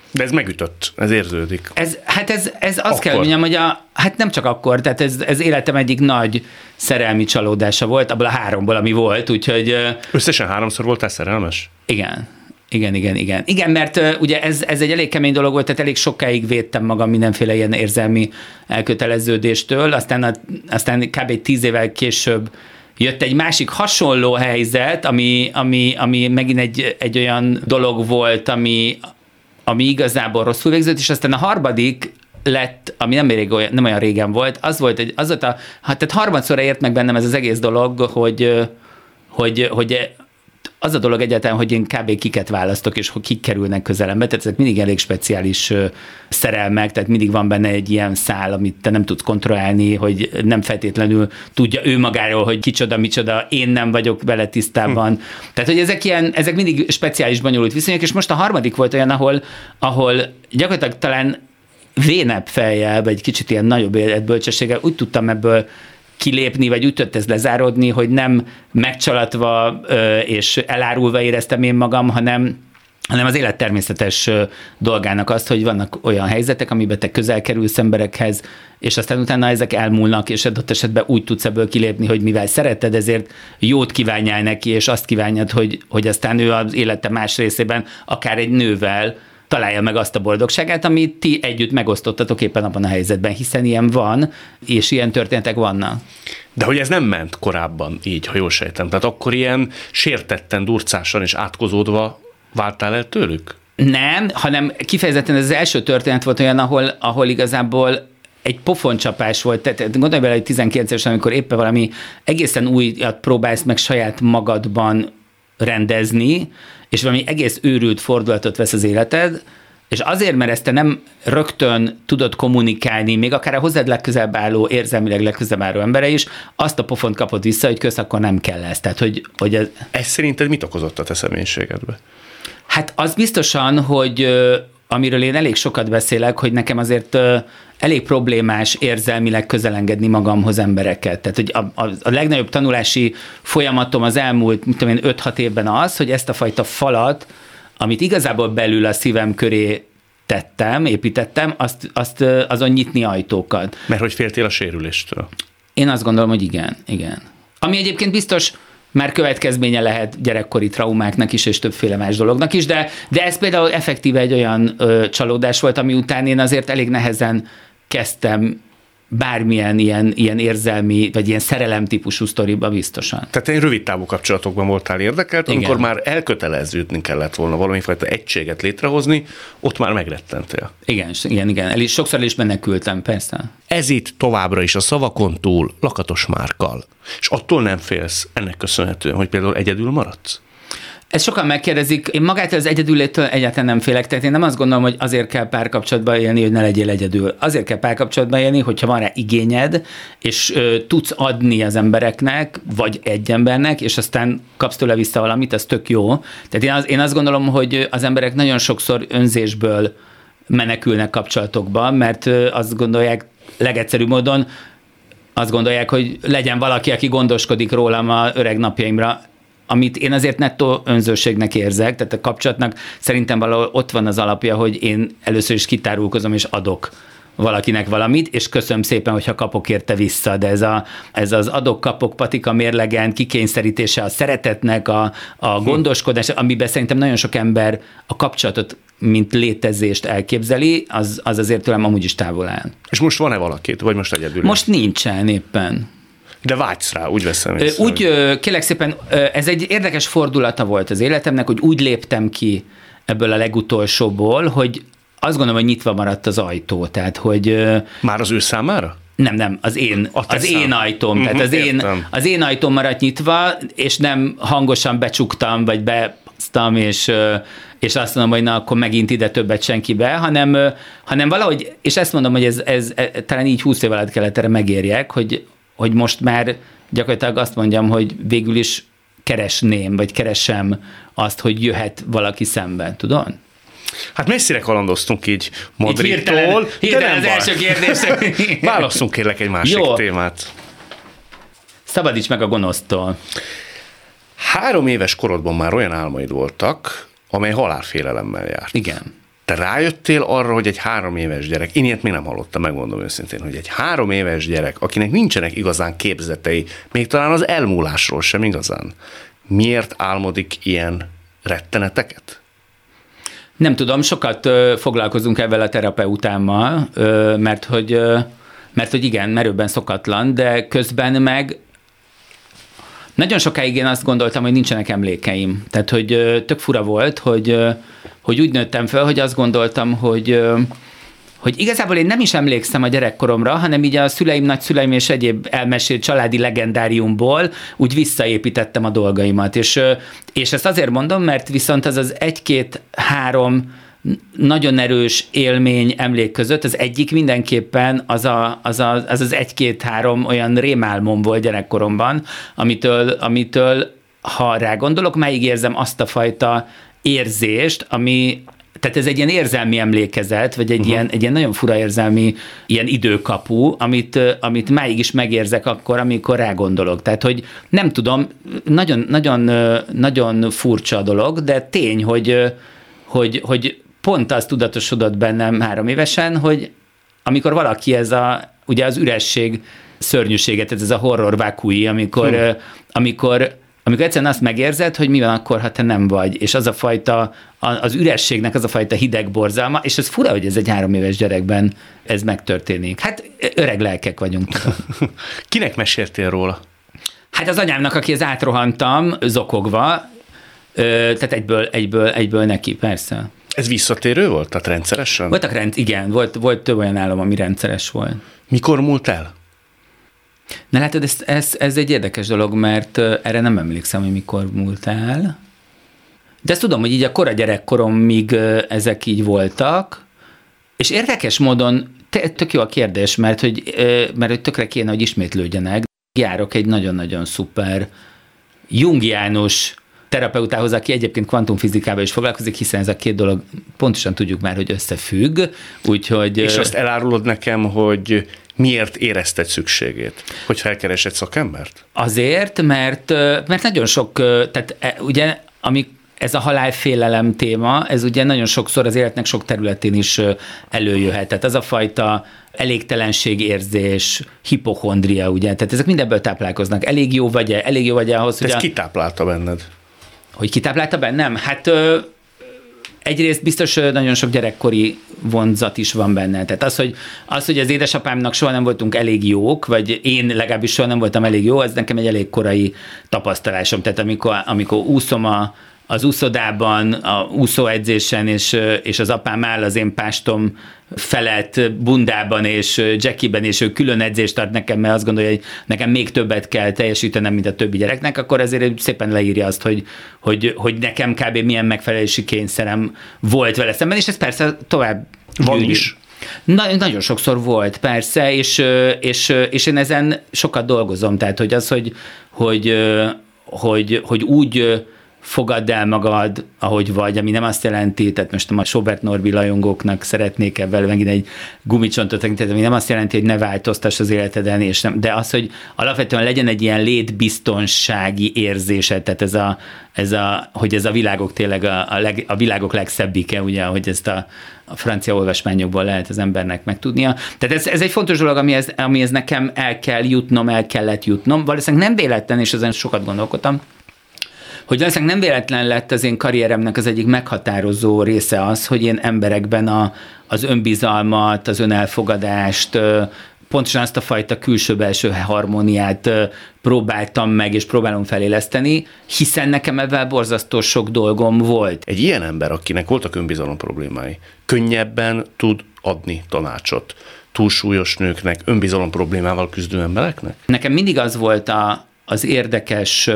De ez megütött, ez érződik. Ez, hát ez, ez azt Akkor. kell mondjam, hogy a, hát nem csak akkor, tehát ez, ez életem egyik nagy szerelmi csalódása volt, abból a háromból, ami volt, úgyhogy... Összesen háromszor voltál szerelmes? Igen. Igen, igen, igen. Igen, mert uh, ugye ez, ez egy elég kemény dolog volt, tehát elég sokáig védtem magam mindenféle ilyen érzelmi elköteleződéstől, aztán, a, aztán kb. tíz évvel később jött egy másik hasonló helyzet, ami, ami, ami megint egy, egy olyan dolog volt, ami, ami igazából rosszul végzett, és aztán a harmadik lett, ami nem, elég olyan, nem olyan régen volt, az volt, egy, az volt a, hát tehát harmadszorra ért meg bennem ez az egész dolog, hogy, hogy, hogy az a dolog egyáltalán, hogy én kb. Kiket választok, és hogy kik kerülnek közelembe, tehát ezek mindig elég speciális szerelmek, tehát mindig van benne egy ilyen szál, amit te nem tudsz kontrollálni, hogy nem feltétlenül tudja ő magáról, hogy kicsoda, micsoda, én nem vagyok vele tisztában. Hm. Tehát, hogy ezek ilyen, ezek mindig speciális, bonyolult viszonyok, és most a harmadik volt olyan, ahol, ahol gyakorlatilag talán vénebb fejjel, vagy kicsit ilyen nagyobb életbölcsességgel úgy tudtam ebből kilépni, vagy úgy tudott ez lezárodni, hogy nem megcsalatva és elárulva éreztem én magam, hanem, hanem az élet természetes dolgának azt, hogy vannak olyan helyzetek, amiben te közel kerülsz emberekhez, és aztán utána ezek elmúlnak, és adott esetben úgy tudsz ebből kilépni, hogy mivel szereted, ezért jót kívánjál neki, és azt kívánjad, hogy, hogy aztán ő az élete más részében, akár egy nővel találja meg azt a boldogságát, amit ti együtt megosztottatok éppen abban a helyzetben, hiszen ilyen van, és ilyen történetek vannak. De hogy ez nem ment korábban így, ha jól sejtem. Tehát akkor ilyen sértetten, durcásan és átkozódva váltál el tőlük? Nem, hanem kifejezetten ez az első történet volt olyan, ahol, ahol igazából egy pofoncsapás volt, tehát gondolj bele, hogy tizenkilenc évesen, amikor éppen valami egészen újat próbálsz meg saját magadban rendezni, és valami egész őrült fordulatot vesz az életed, és azért, mert ezt te nem rögtön tudod kommunikálni, még akár a hozzád legközelebb álló, érzelmileg legközelebb álló embere is, azt a pofont kapod vissza, hogy kösz, akkor nem kell ez. Tehát, hogy, hogy ez... ez szerinted mit okozott a te személyiségedbe? Hát az biztosan, hogy amiről én elég sokat beszélek, hogy nekem azért elég problémás érzelmileg közelengedni magamhoz embereket. Tehát, hogy a, a, a legnagyobb tanulási folyamatom az elmúlt, mit tudom én, öt-hat évben az, hogy ezt a fajta falat, amit igazából belül a szívem köré tettem, építettem, azt, azt azon nyitni ajtókat. Mert hogy féltél a sérüléstől? Én azt gondolom, hogy igen, igen. Ami egyébként biztos már következménye lehet gyerekkori traumáknak is, és többféle más dolognak is, de, de ez például effektíve egy olyan ö, csalódás volt, ami után én azért elég nehezen kezdtem bármilyen ilyen, ilyen érzelmi, vagy ilyen szerelem típusú sztoriba biztosan. Tehát egy rövid távú kapcsolatokban voltál érdekelt, Igen. amikor már elköteleződni kellett volna valamifajta egységet létrehozni, ott már megrettentél. Igen, igen, igen. El is, sokszor is menekültem, persze. Ez itt továbbra is a szavakon túl Lakatos Márkkal. És attól nem félsz ennek köszönhetően, hogy például egyedül maradsz? Ezt sokan megkérdezik, én magától az egyedüllétől egyáltalán nem félek, tehát én nem azt gondolom, hogy azért kell párkapcsolatban élni, hogy ne legyél egyedül. Azért kell párkapcsolatban élni, hogyha van rá igényed, és ö, tudsz adni az embereknek, vagy egy embernek, és aztán kapsz tőle vissza valamit, az tök jó. Tehát én, az, én azt gondolom, hogy az emberek nagyon sokszor önzésből menekülnek kapcsolatokba, mert ö, azt gondolják legegyszerűbb módon, azt gondolják, hogy legyen valaki, aki gondoskodik rólam a öreg napjaimra, amit én azért nettó önzőségnek érzek, tehát a kapcsolatnak szerintem valahol ott van az alapja, hogy én először is kitárulkozom és adok valakinek valamit, és köszönöm szépen, hogyha kapok érte vissza, de ez, a, ez az adok-kapok patika mérlegen kikényszerítése a szeretetnek, a, a gondoskodás, amiben szerintem nagyon sok ember a kapcsolatot, mint létezést elképzeli, az, az azért tőlem amúgy is távol áll. És most van-e valakit, vagy most egyedül? Most nincsen éppen. De vágysz rá, úgy veszem észre. Úgy, hogy... kérlek szépen, ez egy érdekes fordulata volt az életemnek, hogy úgy léptem ki ebből a legutolsóból, hogy azt gondolom, hogy nyitva maradt az ajtó. Tehát, hogy... Már az ő számára? Nem, nem, az én, az én ajtóm. Mm-hmm, tehát az én, az én ajtóm maradt nyitva, és nem hangosan becsuktam, vagy bepasztam, és, és azt mondom, hogy na, akkor megint ide többet senki be, hanem, hanem valahogy, és ezt mondom, hogy ez, ez, ez talán így húsz év alatt kellett erre megérjek, hogy hogy most már gyakorlatilag azt mondjam, hogy végül is keresném, vagy keresem azt, hogy jöhet valaki szemben, tudod? Hát messzire kalandoztunk így Madridtól. Hirtelen, hirtelen az első kérdésre. Válasszunk kérlek egy másik Jó. témát. Szabadíts meg a gonosztól. Három éves korodban már olyan álmaid voltak, amely halálfélelemmel járt. Igen. Te rájöttél arra, hogy egy három éves gyerek, én ilyet még nem hallottam, megmondom őszintén, hogy egy három éves gyerek, akinek nincsenek igazán képzetei, még talán az elmúlásról sem igazán, miért álmodik ilyen retteneteket? Nem tudom, sokat ö, foglalkozunk ezzel a terapeutámmal, ö, mert, hogy, ö, mert hogy igen, merőben szokatlan, de közben meg nagyon sokáig én azt gondoltam, hogy nincsenek emlékeim. Tehát, hogy ö, tök fura volt, hogy, ö, hogy úgy nőttem fel, hogy azt gondoltam, hogy, ö, hogy igazából én nem is emlékszem a gyerekkoromra, hanem így a szüleim, nagyszüleim és egyéb elmesélt családi legendáriumból úgy visszaépítettem a dolgaimat. És, és ezt azért mondom, mert viszont az az egy-két-három nagyon erős élmény, emlék között az egyik mindenképpen az a, az, a, az, az egy-két-három olyan rémálmom volt gyerekkoromban, amitől, amitől ha rá gondolok, máig érzem azt a fajta érzést, ami tehát ez egy ilyen érzelmi emlékezet, vagy egy, uh-huh. ilyen, egy ilyen nagyon fura érzelmi ilyen időkapu, amit, amit máig is megérzek akkor, amikor rágondolok. Tehát, hogy nem tudom, nagyon, nagyon, nagyon furcsa a dolog, de tény, hogy, hogy, hogy pont az tudatosodott bennem három évesen, hogy amikor valaki ez a, ugye az üresség szörnyűséget, ez a horror vakui, amikor, hmm. amikor Amikor egyszerűen azt megérzed, hogy mi van akkor, ha te nem vagy, és az a fajta, az ürességnek az a fajta hideg borzalma, és ez fura, hogy ez egy három éves gyerekben ez megtörténik. Hát öreg lelkek vagyunk. Kinek meséltél róla? Hát az anyámnak, akihez átrohantam, zokogva, tehát egyből, egyből, egyből neki, persze. Ez visszatérő volt? Tehát rendszeresen? Voltak rend, igen, volt, volt több olyan álom, ami rendszeres volt. Mikor múlt el? Na látod, ez, ez, ez egy érdekes dolog, mert erre nem emlékszem, hogy mikor múlt el. De ezt tudom, hogy így a kora gyerekkoromig ezek így voltak, és érdekes módon, tök jó a kérdés, mert hogy, mert hogy tökre kéne, hogy ismétlődjenek. Járok egy nagyon-nagyon szuper jungiánus terapeutához, aki egyébként kvantumfizikával is foglalkozik, hiszen ez a két dolog pontosan tudjuk már, hogy összefügg. Úgyhogy, és azt elárulod nekem, hogy miért érezted szükségét, hogy felkeresed szakembert? Azért, mert, mert nagyon sok, tehát ugye, ami ez a halálfélelem téma, ez ugye nagyon sokszor az életnek sok területén is előjöhet. Tehát az a fajta elégtelenségérzés, hipochondria, ugye, tehát ezek mindenből táplálkoznak. Elég jó vagy-e, elég jó vagy-e ahhoz, hogy... Ez a... kitáplálta benned? Hogy kitáplálta bennem? Hát ö, egyrészt biztos nagyon sok gyerekkori vonzat is van benne. Tehát az, hogy, az, hogy az édesapámnak soha nem voltunk elég jók, vagy én legalábbis soha nem voltam elég jó, az nekem egy elég korai tapasztalásom. Tehát amikor, amikor úszom a az úszodában, a úszóedzésen, és, és az apám áll az én pástom felett bundában és jackiben, és ő külön edzést tart nekem, mert azt gondolja, hogy nekem még többet kell teljesítenem, mint a többi gyereknek, akkor azért szépen leírja azt, hogy, hogy, hogy nekem kb. Milyen megfelelési kényszerem volt vele szemben, és ez persze tovább van gyűrű. is. Na, nagyon sokszor volt, persze, és, és, és én ezen sokat dolgozom, tehát hogy az, hogy, hogy, hogy, hogy úgy fogadd el magad, ahogy vagy, ami nem azt jelenti, tehát most a Sobert Norbi rajongóknak szeretnék ebben megint egy gumicsontot tekinteni, ami nem azt jelenti, hogy ne változtass az életeden, és nem, de az, hogy alapvetően legyen egy ilyen létbiztonsági érzésed, tehát ez a, ez a, hogy ez a világok tényleg a, a, leg, a világok legszebbike, ugye, hogy ezt a, a francia olvasmányokból lehet az embernek megtudnia. Tehát ez, ez egy fontos dolog, amihez, amihez nekem el kell jutnom, el kellett jutnom. Valószínűleg nem véletlen, és ezen sokat gondolkodtam, hogy valószínűleg nem véletlen lett az én karrieremnek az egyik meghatározó része az, hogy én emberekben a, az önbizalmat, az önelfogadást, pontosan azt a fajta külső-belső harmóniát próbáltam meg, és próbálom feléleszteni, hiszen nekem ebben borzasztó sok dolgom volt. Egy ilyen ember, akinek voltak önbizalom problémái, könnyebben tud adni tanácsot túlsúlyos nőknek, önbizalom problémával küzdő embereknek? Nekem mindig az volt a, az érdekes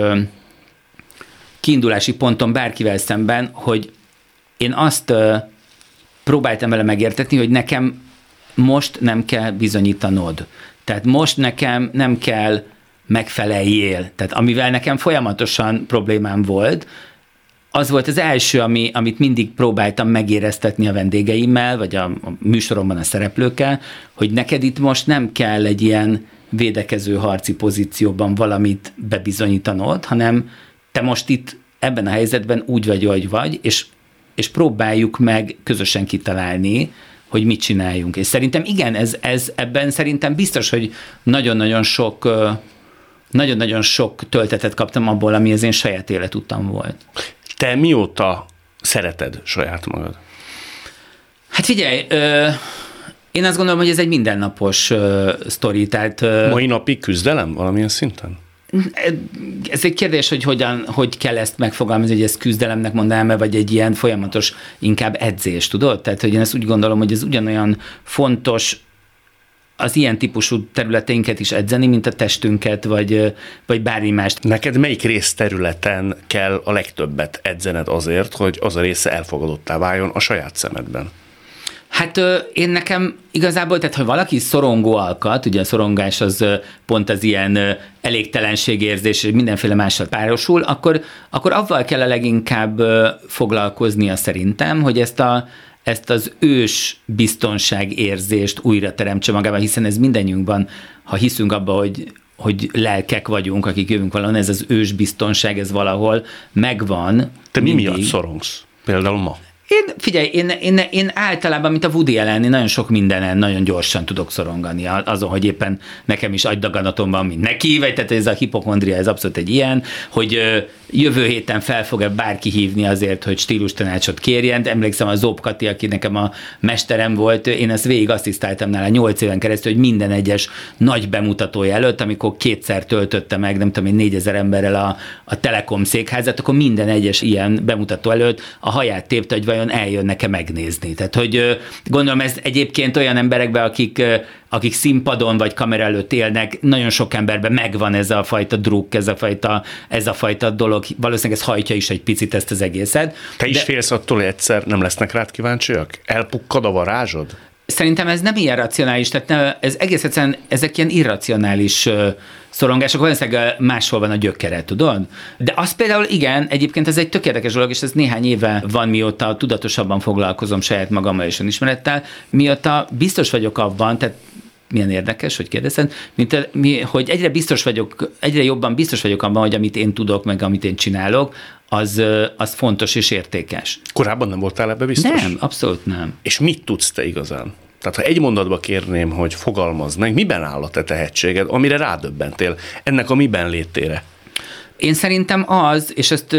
kiindulási ponton bárkivel szemben, hogy én azt uh, próbáltam vele megértetni, hogy nekem most nem kell bizonyítanod. Tehát most nekem nem kell megfeleljél. Tehát amivel nekem folyamatosan problémám volt, az volt az első, ami, amit mindig próbáltam megéreztetni a vendégeimmel, vagy a, a műsoromban a szereplőkkel, hogy neked itt most nem kell egy ilyen védekező harci pozícióban valamit bebizonyítanod, hanem te most itt ebben a helyzetben úgy vagy, hogy vagy, és és próbáljuk meg közösen kitalálni, hogy mit csináljunk. És szerintem igen, ez, ez ebben szerintem biztos, hogy nagyon-nagyon sok nagyon-nagyon sok töltetet kaptam abból, ami az én saját életutam volt. Te mióta szereted saját magad? Hát figyelj, ö, én azt gondolom, hogy ez egy mindennapos ö, sztori, tehát... Ö, Mai napig küzdelem valamilyen szinten? Ez egy kérdés, hogy hogyan, hogy kell ezt megfogalmazni, hogy ezt küzdelemnek mondanám-e, vagy egy ilyen folyamatos inkább edzés, tudod? Tehát, hogy én ezt úgy gondolom, hogy ez ugyanolyan fontos az ilyen típusú területeinket is edzeni, mint a testünket, vagy, vagy bármi mást. Neked melyik részterületen kell a legtöbbet edzened azért, hogy az a része elfogadottá váljon a saját szemedben? Hát én nekem igazából, tehát ha valaki szorongó alkat, ugye a szorongás az pont az ilyen elégtelenségérzés, és mindenféle mással párosul, akkor, akkor avval kell a leginkább foglalkoznia szerintem, hogy ezt a ezt az ős biztonságérzést újra teremtse magában, hiszen ez mindannyiunkban, ha hiszünk abba, hogy, hogy lelkek vagyunk, akik jövünk valahol, ez az ős biztonság, ez valahol megvan. Te mi mindig. miatt szorongsz? Például ma? Én, figyelj, én, én, én általában, mint a Woody Allen, én nagyon sok mindenen nagyon gyorsan tudok szorongani. Azon, hogy éppen nekem is agydaganatom van, mint neki, vagy tehát ez a hipokondria, ez abszolút egy ilyen, hogy jövő héten fel fog-e bárki hívni azért, hogy stílustanácsot kérjen. De emlékszem, a Zób Kati, aki nekem a mesterem volt, én ezt végig asszisztáltam nála nyolc éven keresztül, hogy minden egyes nagy bemutatója előtt, amikor kétszer töltötte meg, nem tudom én, négyezer emberrel a, a Telekom székházat, akkor minden egyes ilyen bemutató előtt a haját tépte, hogy vajon eljönnek-e megnézni. Tehát, hogy gondolom ez egyébként olyan emberekben, akik, akik színpadon vagy kamera előtt élnek, nagyon sok emberben megvan ez a fajta druk, ez a fajta, ez a fajta dolog, valószínűleg ez hajtja is egy picit ezt az egészet. Te is De... félsz attól, hogy egyszer nem lesznek rád kíváncsiak? Elpukkad a varázsod? Szerintem ez nem ilyen racionális, tehát ne, ez egész egyszerűen, ezek ilyen irracionális uh, szorongások, valószínűleg máshol van a gyökere, tudod? De az például igen, egyébként ez egy tök érdekes dolog, és ez néhány éve van, mióta tudatosabban foglalkozom saját magammal és önismerettel, mióta biztos vagyok abban, tehát milyen érdekes, hogy kérdezed, mint, mi, hogy egyre biztos vagyok, egyre jobban biztos vagyok abban, hogy amit én tudok, meg amit én csinálok, az, az fontos és értékes. Korábban nem voltál ebbe biztos? Nem, abszolút nem. És mit tudsz te igazán? Tehát ha egy mondatba kérném, hogy fogalmazd meg, miben áll a te tehetséged, amire rádöbbentél, ennek a miben létére? Én szerintem az, és ezt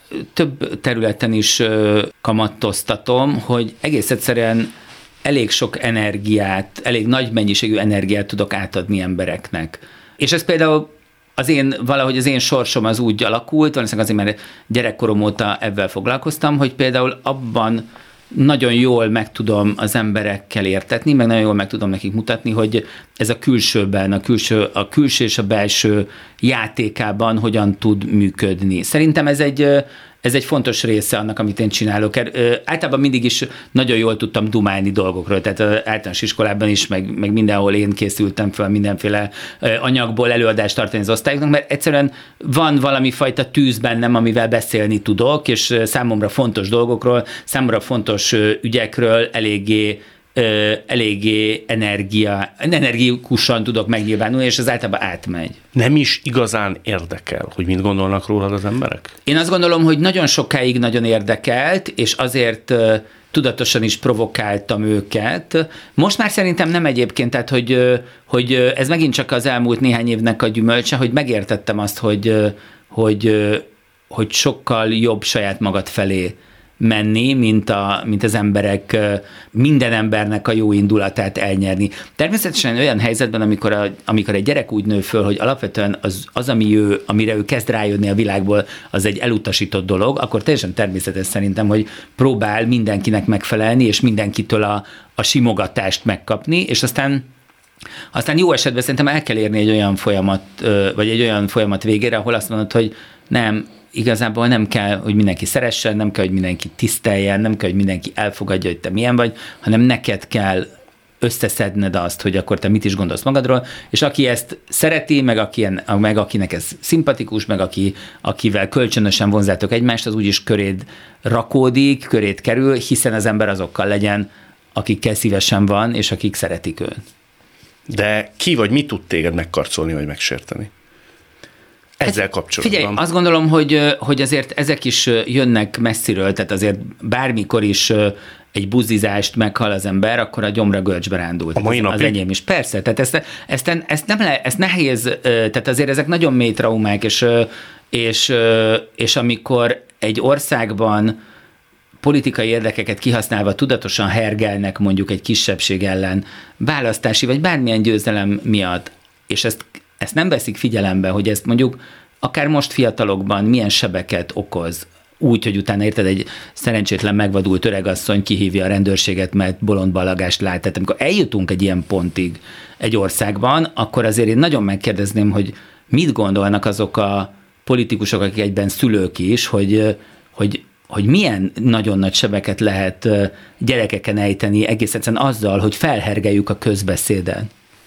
több területen is kamattoztatom, hogy egész egyszerűen elég sok energiát, elég nagy mennyiségű energiát tudok átadni embereknek. És ez például az én, valahogy az én sorsom az úgy alakult, valószínűleg azért, mert gyerekkorom óta ebben foglalkoztam, hogy például abban nagyon jól meg tudom az emberekkel értetni, meg nagyon jól meg tudom nekik mutatni, hogy ez a külsőben, a külső, a külső és a belső játékában hogyan tud működni. Szerintem ez egy, ez egy fontos része annak, amit én csinálok. Általában mindig is nagyon jól tudtam dumálni dolgokról, tehát általános iskolában is, meg, meg mindenhol én készültem fel mindenféle anyagból előadást tartani az osztályoknak, mert egyszerűen van valami fajta tűz bennem, amivel beszélni tudok, és számomra fontos dolgokról, számomra fontos ügyekről eléggé eléggé energia, energikusan tudok megnyilvánulni, és ez általában átmegy. Nem is igazán érdekel, hogy mit gondolnak rólad az emberek? Én azt gondolom, hogy nagyon sokáig nagyon érdekelt, és azért tudatosan is provokáltam őket. Most már szerintem nem egyébként, tehát hogy, hogy ez megint csak az elmúlt néhány évnek a gyümölcse, hogy megértettem azt, hogy, hogy, hogy sokkal jobb saját magad felé menni, mint, a, mint az emberek, minden embernek a jó indulatát elnyerni. Természetesen olyan helyzetben, amikor, a, amikor egy gyerek úgy nő föl, hogy alapvetően az, az ami ő, amire ő kezd rájönni a világból, az egy elutasított dolog, akkor teljesen természetes szerintem, hogy próbál mindenkinek megfelelni, és mindenkitől a, a simogatást megkapni, és aztán aztán jó esetben szerintem el kell érni egy olyan folyamat, vagy egy olyan folyamat végére, ahol azt mondod, hogy nem, igazából nem kell, hogy mindenki szeressen, nem kell, hogy mindenki tiszteljen, nem kell, hogy mindenki elfogadja, hogy te milyen vagy, hanem neked kell összeszedned azt, hogy akkor te mit is gondolsz magadról, és aki ezt szereti, meg, aki, meg akinek ez szimpatikus, meg aki, akivel kölcsönösen vonzátok egymást, az úgyis köréd rakódik, köréd kerül, hiszen az ember azokkal legyen, akikkel szívesen van, és akik szeretik őt. De ki vagy mit tud téged megkarcolni, vagy megsérteni? ezzel kapcsolatban. Figyelj, azt gondolom, hogy, hogy azért ezek is jönnek messziről, tehát azért bármikor is egy buzizást meghal az ember, akkor a gyomra görcsbe rándult. A mai az, az enyém is. Persze, tehát ezt, ezt, ezt, nem le, ezt nehéz, tehát azért ezek nagyon mély traumák, és, és, és amikor egy országban politikai érdekeket kihasználva tudatosan hergelnek mondjuk egy kisebbség ellen választási vagy bármilyen győzelem miatt, és ezt, ezt nem veszik figyelembe, hogy ezt mondjuk akár most fiatalokban milyen sebeket okoz, úgy, hogy utána érted, egy szerencsétlen megvadult öregasszony kihívja a rendőrséget, mert bolond ballagást lát. Tehát amikor eljutunk egy ilyen pontig egy országban, akkor azért én nagyon megkérdezném, hogy mit gondolnak azok a politikusok, akik egyben szülők is, hogy, hogy hogy milyen nagyon nagy sebeket lehet gyerekeken ejteni egész egyszerűen azzal, hogy felhergeljük a közbeszédet.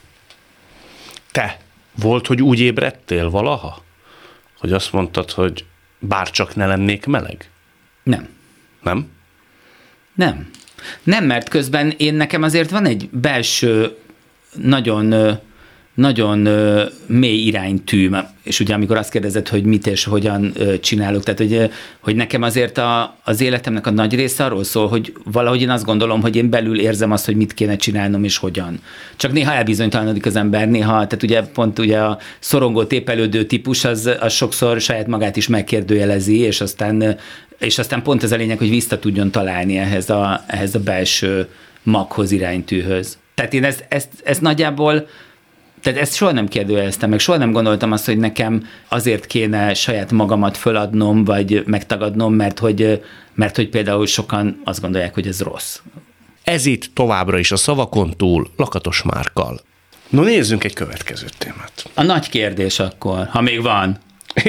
Te volt, hogy úgy ébredtél valaha, hogy azt mondtad, hogy bárcsak ne lennék meleg? Nem. Nem? Nem. Nem, mert közben én nekem azért van egy belső, nagyon, nagyon mély iránytű, és ugye amikor azt kérdezed, hogy mit és hogyan csinálok, tehát hogy, hogy nekem azért a, az életemnek a nagy része arról szól, hogy valahogy én azt gondolom, hogy én belül érzem azt, hogy mit kéne csinálnom és hogyan. Csak néha elbizonytalanodik az ember, néha, tehát ugye pont ugye a szorongó tépelődő típus, az, az sokszor saját magát is megkérdőjelezi, és aztán, és aztán pont ez a lényeg, hogy vissza tudjon találni ehhez a, ehhez a belső maghoz, iránytűhöz. Tehát én ezt, ezt, ezt nagyjából Tehát ezt soha nem kérdőjeleztem, meg soha nem gondoltam azt, hogy nekem azért kéne saját magamat föladnom, vagy megtagadnom, mert hogy, mert hogy például sokan azt gondolják, hogy ez rossz. Ez itt továbbra is a szavakon túl Lakatos Márkkal. No, nézzünk egy következő témát. A nagy kérdés akkor, ha még van.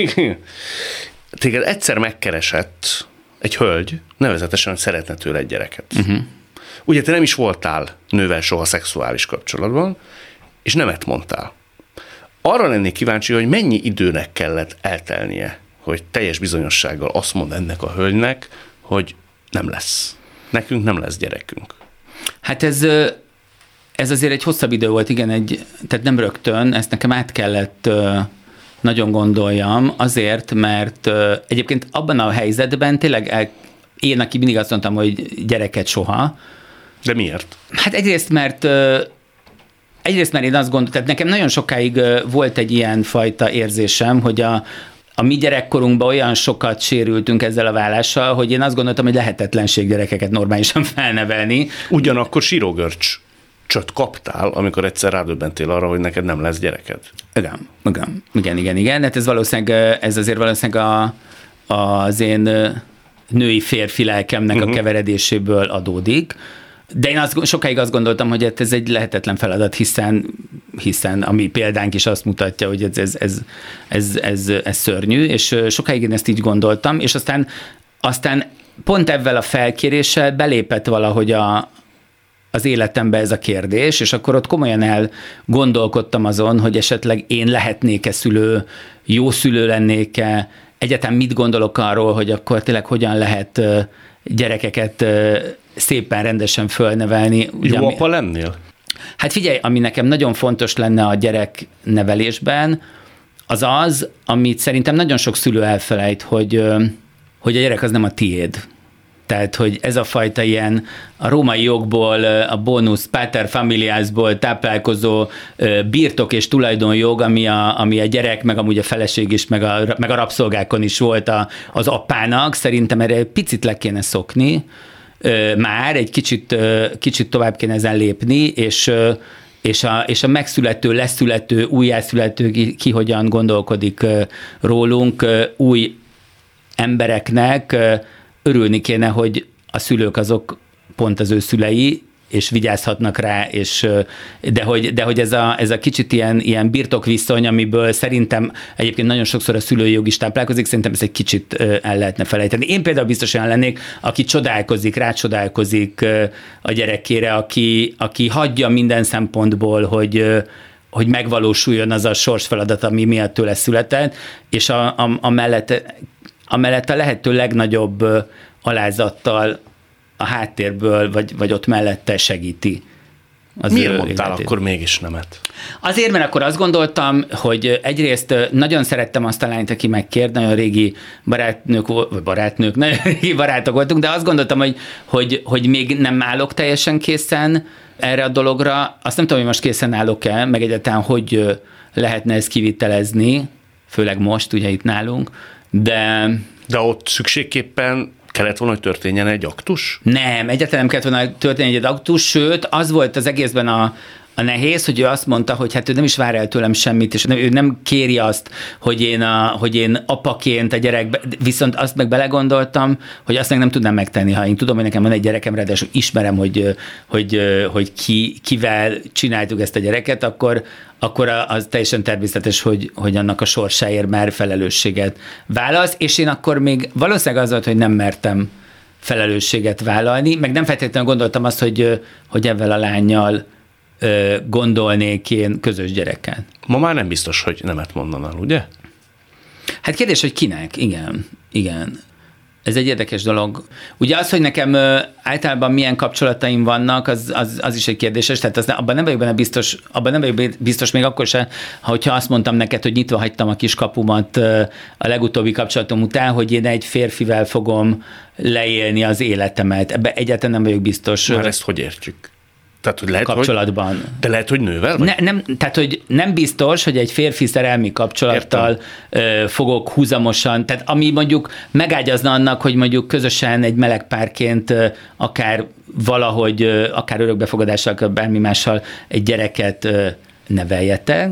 Téged egyszer megkeresett egy hölgy, nevezetesen, hogy szeretne tőle egy gyereket. Uh-huh. Ugye te nem is voltál nővel soha szexuális kapcsolatban, és nemet mondtál. Arra lennék kíváncsi, hogy mennyi időnek kellett eltelnie, hogy teljes bizonyossággal azt mond ennek a hölgynek, hogy nem lesz. Nekünk nem lesz gyerekünk. Hát ez, ez azért egy hosszabb idő volt, igen, egy, tehát nem rögtön, ezt nekem át kellett nagyon gondoljam, azért, mert egyébként abban a helyzetben tényleg el, én, aki mindig azt mondtam, hogy gyereket soha. De miért? Hát egyrészt, mert Egyrészt, mert én azt gondolom, tehát nekem nagyon sokáig volt egy ilyen fajta érzésem, hogy a, a mi gyerekkorunkban olyan sokat sérültünk ezzel a vállással, hogy én azt gondoltam, hogy lehetetlenség gyerekeket normálisan felnevelni. Ugyanakkor sírógörcs csöt kaptál, amikor egyszer rádöbbentél arra, hogy neked nem lesz gyereked. Igen, igen, igen, igen, igen. Hát ez valószínűleg, ez azért valószínűleg a, az én női férfi lelkemnek uh-huh. a keveredéséből adódik. De én azt, sokáig azt gondoltam, hogy ez egy lehetetlen feladat, hiszen, hiszen a mi példánk is azt mutatja, hogy ez, ez, ez, ez, ez, ez szörnyű, és sokáig én ezt így gondoltam, és aztán, aztán pont ebben a felkéréssel belépett valahogy a, az életembe ez a kérdés, és akkor ott komolyan elgondolkodtam azon, hogy esetleg én lehetnék-e szülő, jó szülő lennék-e, egyáltalán mit gondolok arról, hogy akkor tényleg hogyan lehet gyerekeket szépen, rendesen fölnevelni. Jó apa lennél? Hát figyelj, ami nekem nagyon fontos lenne a gyereknevelésben, az az, amit szerintem nagyon sok szülő elfelejt, hogy, hogy a gyerek az nem a tiéd. Tehát, hogy ez a fajta ilyen a római jogból, a bonus pater familiasból táplálkozó birtok és tulajdonjog, ami a, ami a gyerek, meg amúgy a feleség is, meg a, meg a rabszolgákon is volt a, az apának, szerintem erre picit le kéne szokni, már egy kicsit, kicsit tovább kéne ezen lépni, és, és, a, és a megszülető, leszülető, újjászülető ki, ki hogyan gondolkodik rólunk, új embereknek örülni kéne, hogy a szülők azok pont az ő szülei, és vigyázhatnak rá, és, de, hogy, de hogy ez a, ez a kicsit ilyen, ilyen birtokviszony, amiből szerintem egyébként nagyon sokszor a szülői jog is táplálkozik, szerintem ez egy kicsit el lehetne felejteni. Én például biztos olyan lennék, aki csodálkozik, rácsodálkozik a gyerekére, aki, aki hagyja minden szempontból, hogy, hogy megvalósuljon az a sorsfeladat, ami miatt tőle született, és a, a, a mellett, a mellett a lehető legnagyobb alázattal a háttérből, vagy, vagy ott mellette segíti Az Miért mondtál életét. Akkor mégis nemet? Azért, mert akkor azt gondoltam, hogy egyrészt nagyon szerettem azt a lányt, aki megkért, nagyon régi barátnők, vagy barátnők, nagyon régi barátok voltunk, de azt gondoltam, hogy, hogy, hogy még nem állok teljesen készen erre a dologra. Azt nem tudom, hogy most készen állok-e, meg egyáltalán hogy lehetne ezt kivitelezni, főleg most, ugye itt nálunk, de... De ott szükségképpen kellett volna, hogy történjen egy aktus? Nem, egyáltalán nem kellett volna, hogy történjen egy aktus, sőt, az volt az egészben a, a nehéz, hogy ő azt mondta, hogy hát ő nem is vár el tőlem semmit, és ő nem kéri azt, hogy én, a, hogy én apaként a gyerekbe, viszont azt meg belegondoltam, hogy azt meg nem tudnám megtenni, ha én tudom, hogy nekem van egy gyerekem, ráadásul ismerem, hogy, hogy, hogy ki, kivel csináltuk ezt a gyereket, akkor, akkor az teljesen természetes, hogy, hogy annak a sorsáért már felelősséget válasz, és én akkor még valószínűleg az volt, hogy nem mertem felelősséget vállalni, meg nem feltétlenül gondoltam azt, hogy, hogy ebben a lánnyal gondolnék én közös gyerekkel. Ma már nem biztos, hogy nemet mondanál, ugye? Hát kérdés, hogy kinek? Igen, igen. Ez egy érdekes dolog. Ugye az, hogy nekem általában milyen kapcsolataim vannak, az, az, az is egy kérdéses, tehát az, abban nem vagyok benne biztos, abban nem vagyok biztos még akkor sem, hogyha azt mondtam neked, hogy nyitva hagytam a kis kapumat a legutóbbi kapcsolatom után, hogy én egy férfivel fogom leélni az életemet. Ebben egyáltalán nem vagyok biztos. Már ezt hogy értjük? Tehát, hogy lehet, kapcsolatban. Hogy, de lehet, hogy nővel? Vagy? Ne, nem, tehát, hogy nem biztos, hogy egy férfi szerelmi kapcsolattal ö, fogok húzamosan, tehát ami mondjuk megágyazna annak, hogy mondjuk közösen egy meleg párként ö, akár valahogy, ö, akár örökbefogadással, akár bármi mással egy gyereket ö, neveljetek.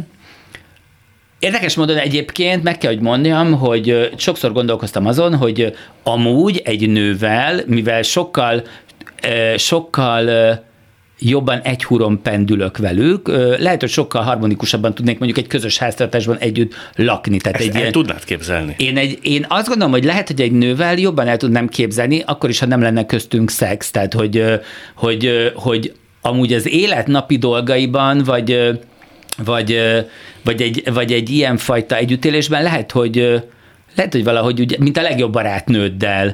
Érdekes módon egyébként meg kell, hogy mondjam, hogy sokszor gondolkoztam azon, hogy amúgy egy nővel, mivel sokkal, ö, sokkal ö, jobban egy húron pendülök velük, lehet, hogy sokkal harmonikusabban tudnék mondjuk egy közös háztartásban együtt lakni. Tehát Ezt egy el ilyen, tudnád képzelni? Én, egy, én azt gondolom, hogy lehet, hogy egy nővel jobban el tudnám képzelni, akkor is, ha nem lenne köztünk szex, tehát hogy, hogy, hogy amúgy az élet napi dolgaiban, vagy, vagy, vagy, egy, vagy egy ilyen fajta együttélésben lehet, hogy, lehet, hogy valahogy úgy, mint a legjobb barátnőddel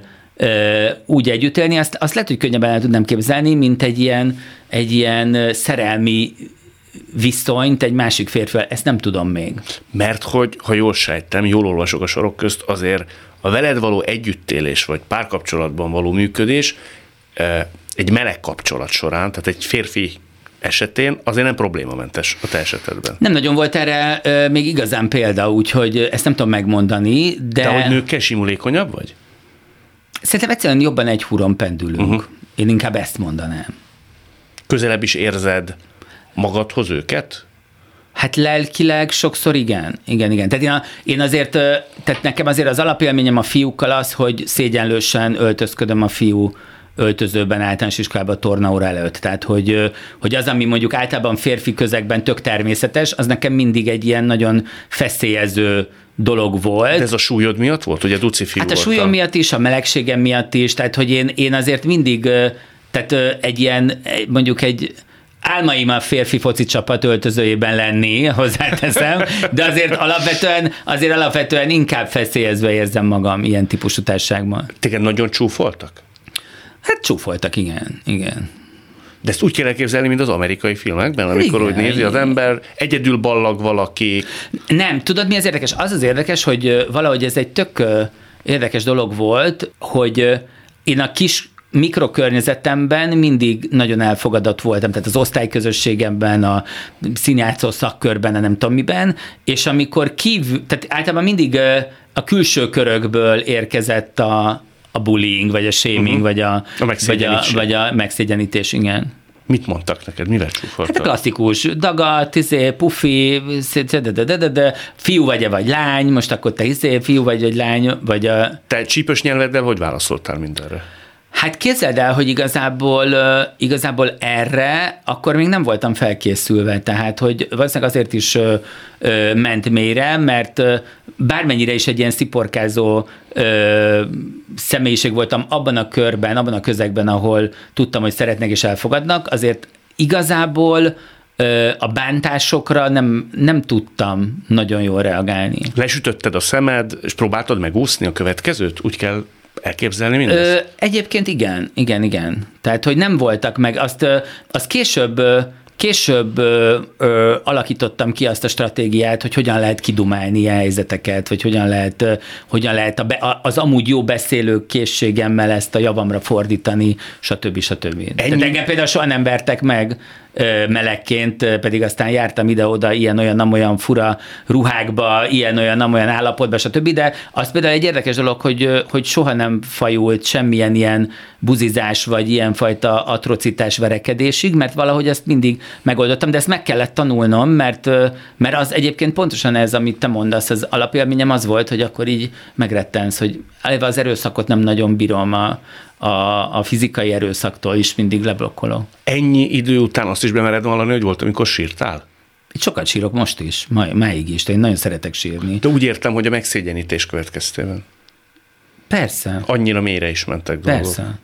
úgy együtt élni, azt, azt lehet, hogy könnyebben el tudnám képzelni, mint egy ilyen, egy ilyen szerelmi viszonyt egy másik férfivel. Ezt nem tudom még. Mert hogy, ha jól sejtem, jól olvasok a sorok közt, azért a veled való együttélés, vagy párkapcsolatban való működés egy meleg kapcsolat során, tehát egy férfi esetén azért nem problémamentes a te esetedben. Nem nagyon volt erre euh, még igazán példa, úgyhogy ezt nem tudom megmondani, de... De hogy nőkkel simulékonyabb vagy? Szerintem egyszerűen jobban egy húron pendülünk. Uh-huh. Én inkább ezt mondanám. Közelebb is érzed magadhoz őket? Hát lelkileg sokszor igen. Igen, igen. Tehát én, a, én azért, tehát nekem azért az alapélményem a fiúkkal az, hogy szégyenlősen öltözködöm a fiú öltözőben általános iskolában tornaóra előtt. Tehát, hogy, hogy az, ami mondjuk általában férfi közegben tök természetes, az nekem mindig egy ilyen nagyon feszélyező dolog volt. De ez a súlyod miatt volt? Ugye duci fiú Hát a súlyom miatt is, a melegségem miatt is, tehát hogy én, én azért mindig, tehát egy ilyen, mondjuk egy álmaim a férfi foci csapat öltözőjében lenni, hozzáteszem, de azért alapvetően, azért alapvetően inkább feszélyezve érzem magam ilyen típusú társaságban. Téged nagyon csúfoltak? Hát csúfoltak, igen, igen. De ezt úgy kell elképzelni, mint az amerikai filmekben, amikor igen, úgy nézi az ember, egyedül ballag valaki. Nem, tudod mi az érdekes? Az az érdekes, hogy valahogy ez egy tök érdekes dolog volt, hogy én a kis mikrokörnyezetemben mindig nagyon elfogadott voltam, tehát az osztályközösségemben, a színjátszó szakkörben, a nem tudom miben, és amikor kívül, tehát általában mindig a külső körökből érkezett a a bullying, vagy a shaming, uh-huh. vagy, a, a vagy, a, vagy a megszégyenítés, igen. Mit mondtak neked? Mivel csúfoltak? Hát a klasszikus, dagat, izé, pufi, de, de, de, de, de, fiú vagy-e vagy lány, most akkor te izé, fiú vagy vagy lány, vagy a... Te csípős nyelveddel hogy válaszoltál mindenre? Hát képzeld el, hogy igazából, igazából erre akkor még nem voltam felkészülve, tehát hogy valószínűleg azért is ö, ö, ment mélyre, mert ö, bármennyire is egy ilyen sziporkázó ö, személyiség voltam abban a körben, abban a közegben, ahol tudtam, hogy szeretnek és elfogadnak, azért igazából ö, a bántásokra nem, nem tudtam nagyon jól reagálni. Lesütötted a szemed, és próbáltad megúszni a következőt? Úgy kell elképzelni mindezt? Ö, egyébként igen, igen, igen. Tehát, hogy nem voltak meg, azt, azt később, később ö, ö, alakítottam ki azt a stratégiát, hogy hogyan lehet kidumálni ilyen helyzeteket, vagy hogyan lehet, ö, hogyan lehet a be, az amúgy jó beszélő készségemmel ezt a javamra fordítani, stb. stb. Tehát engem például soha nem vertek meg melegként, pedig aztán jártam ide-oda ilyen-olyan, nem olyan fura ruhákba, ilyen-olyan, nem olyan állapotba, stb. De az például egy érdekes dolog, hogy, hogy soha nem fajult semmilyen ilyen buzizás, vagy ilyenfajta atrocitás verekedésig, mert valahogy ezt mindig megoldottam, de ezt meg kellett tanulnom, mert, mert az egyébként pontosan ez, amit te mondasz, az alapélményem az volt, hogy akkor így megrettensz, hogy az erőszakot nem nagyon bírom, a A, a fizikai erőszaktól is mindig leblokkolom. Ennyi idő után azt is bemered vallani, hogy volt, amikor sírtál? Sokat sírok most is, má, máig is, én nagyon szeretek sírni. De úgy értem, hogy a megszégyenítés következtében. Persze. Annyira mélyre is mentek dolgok. Persze.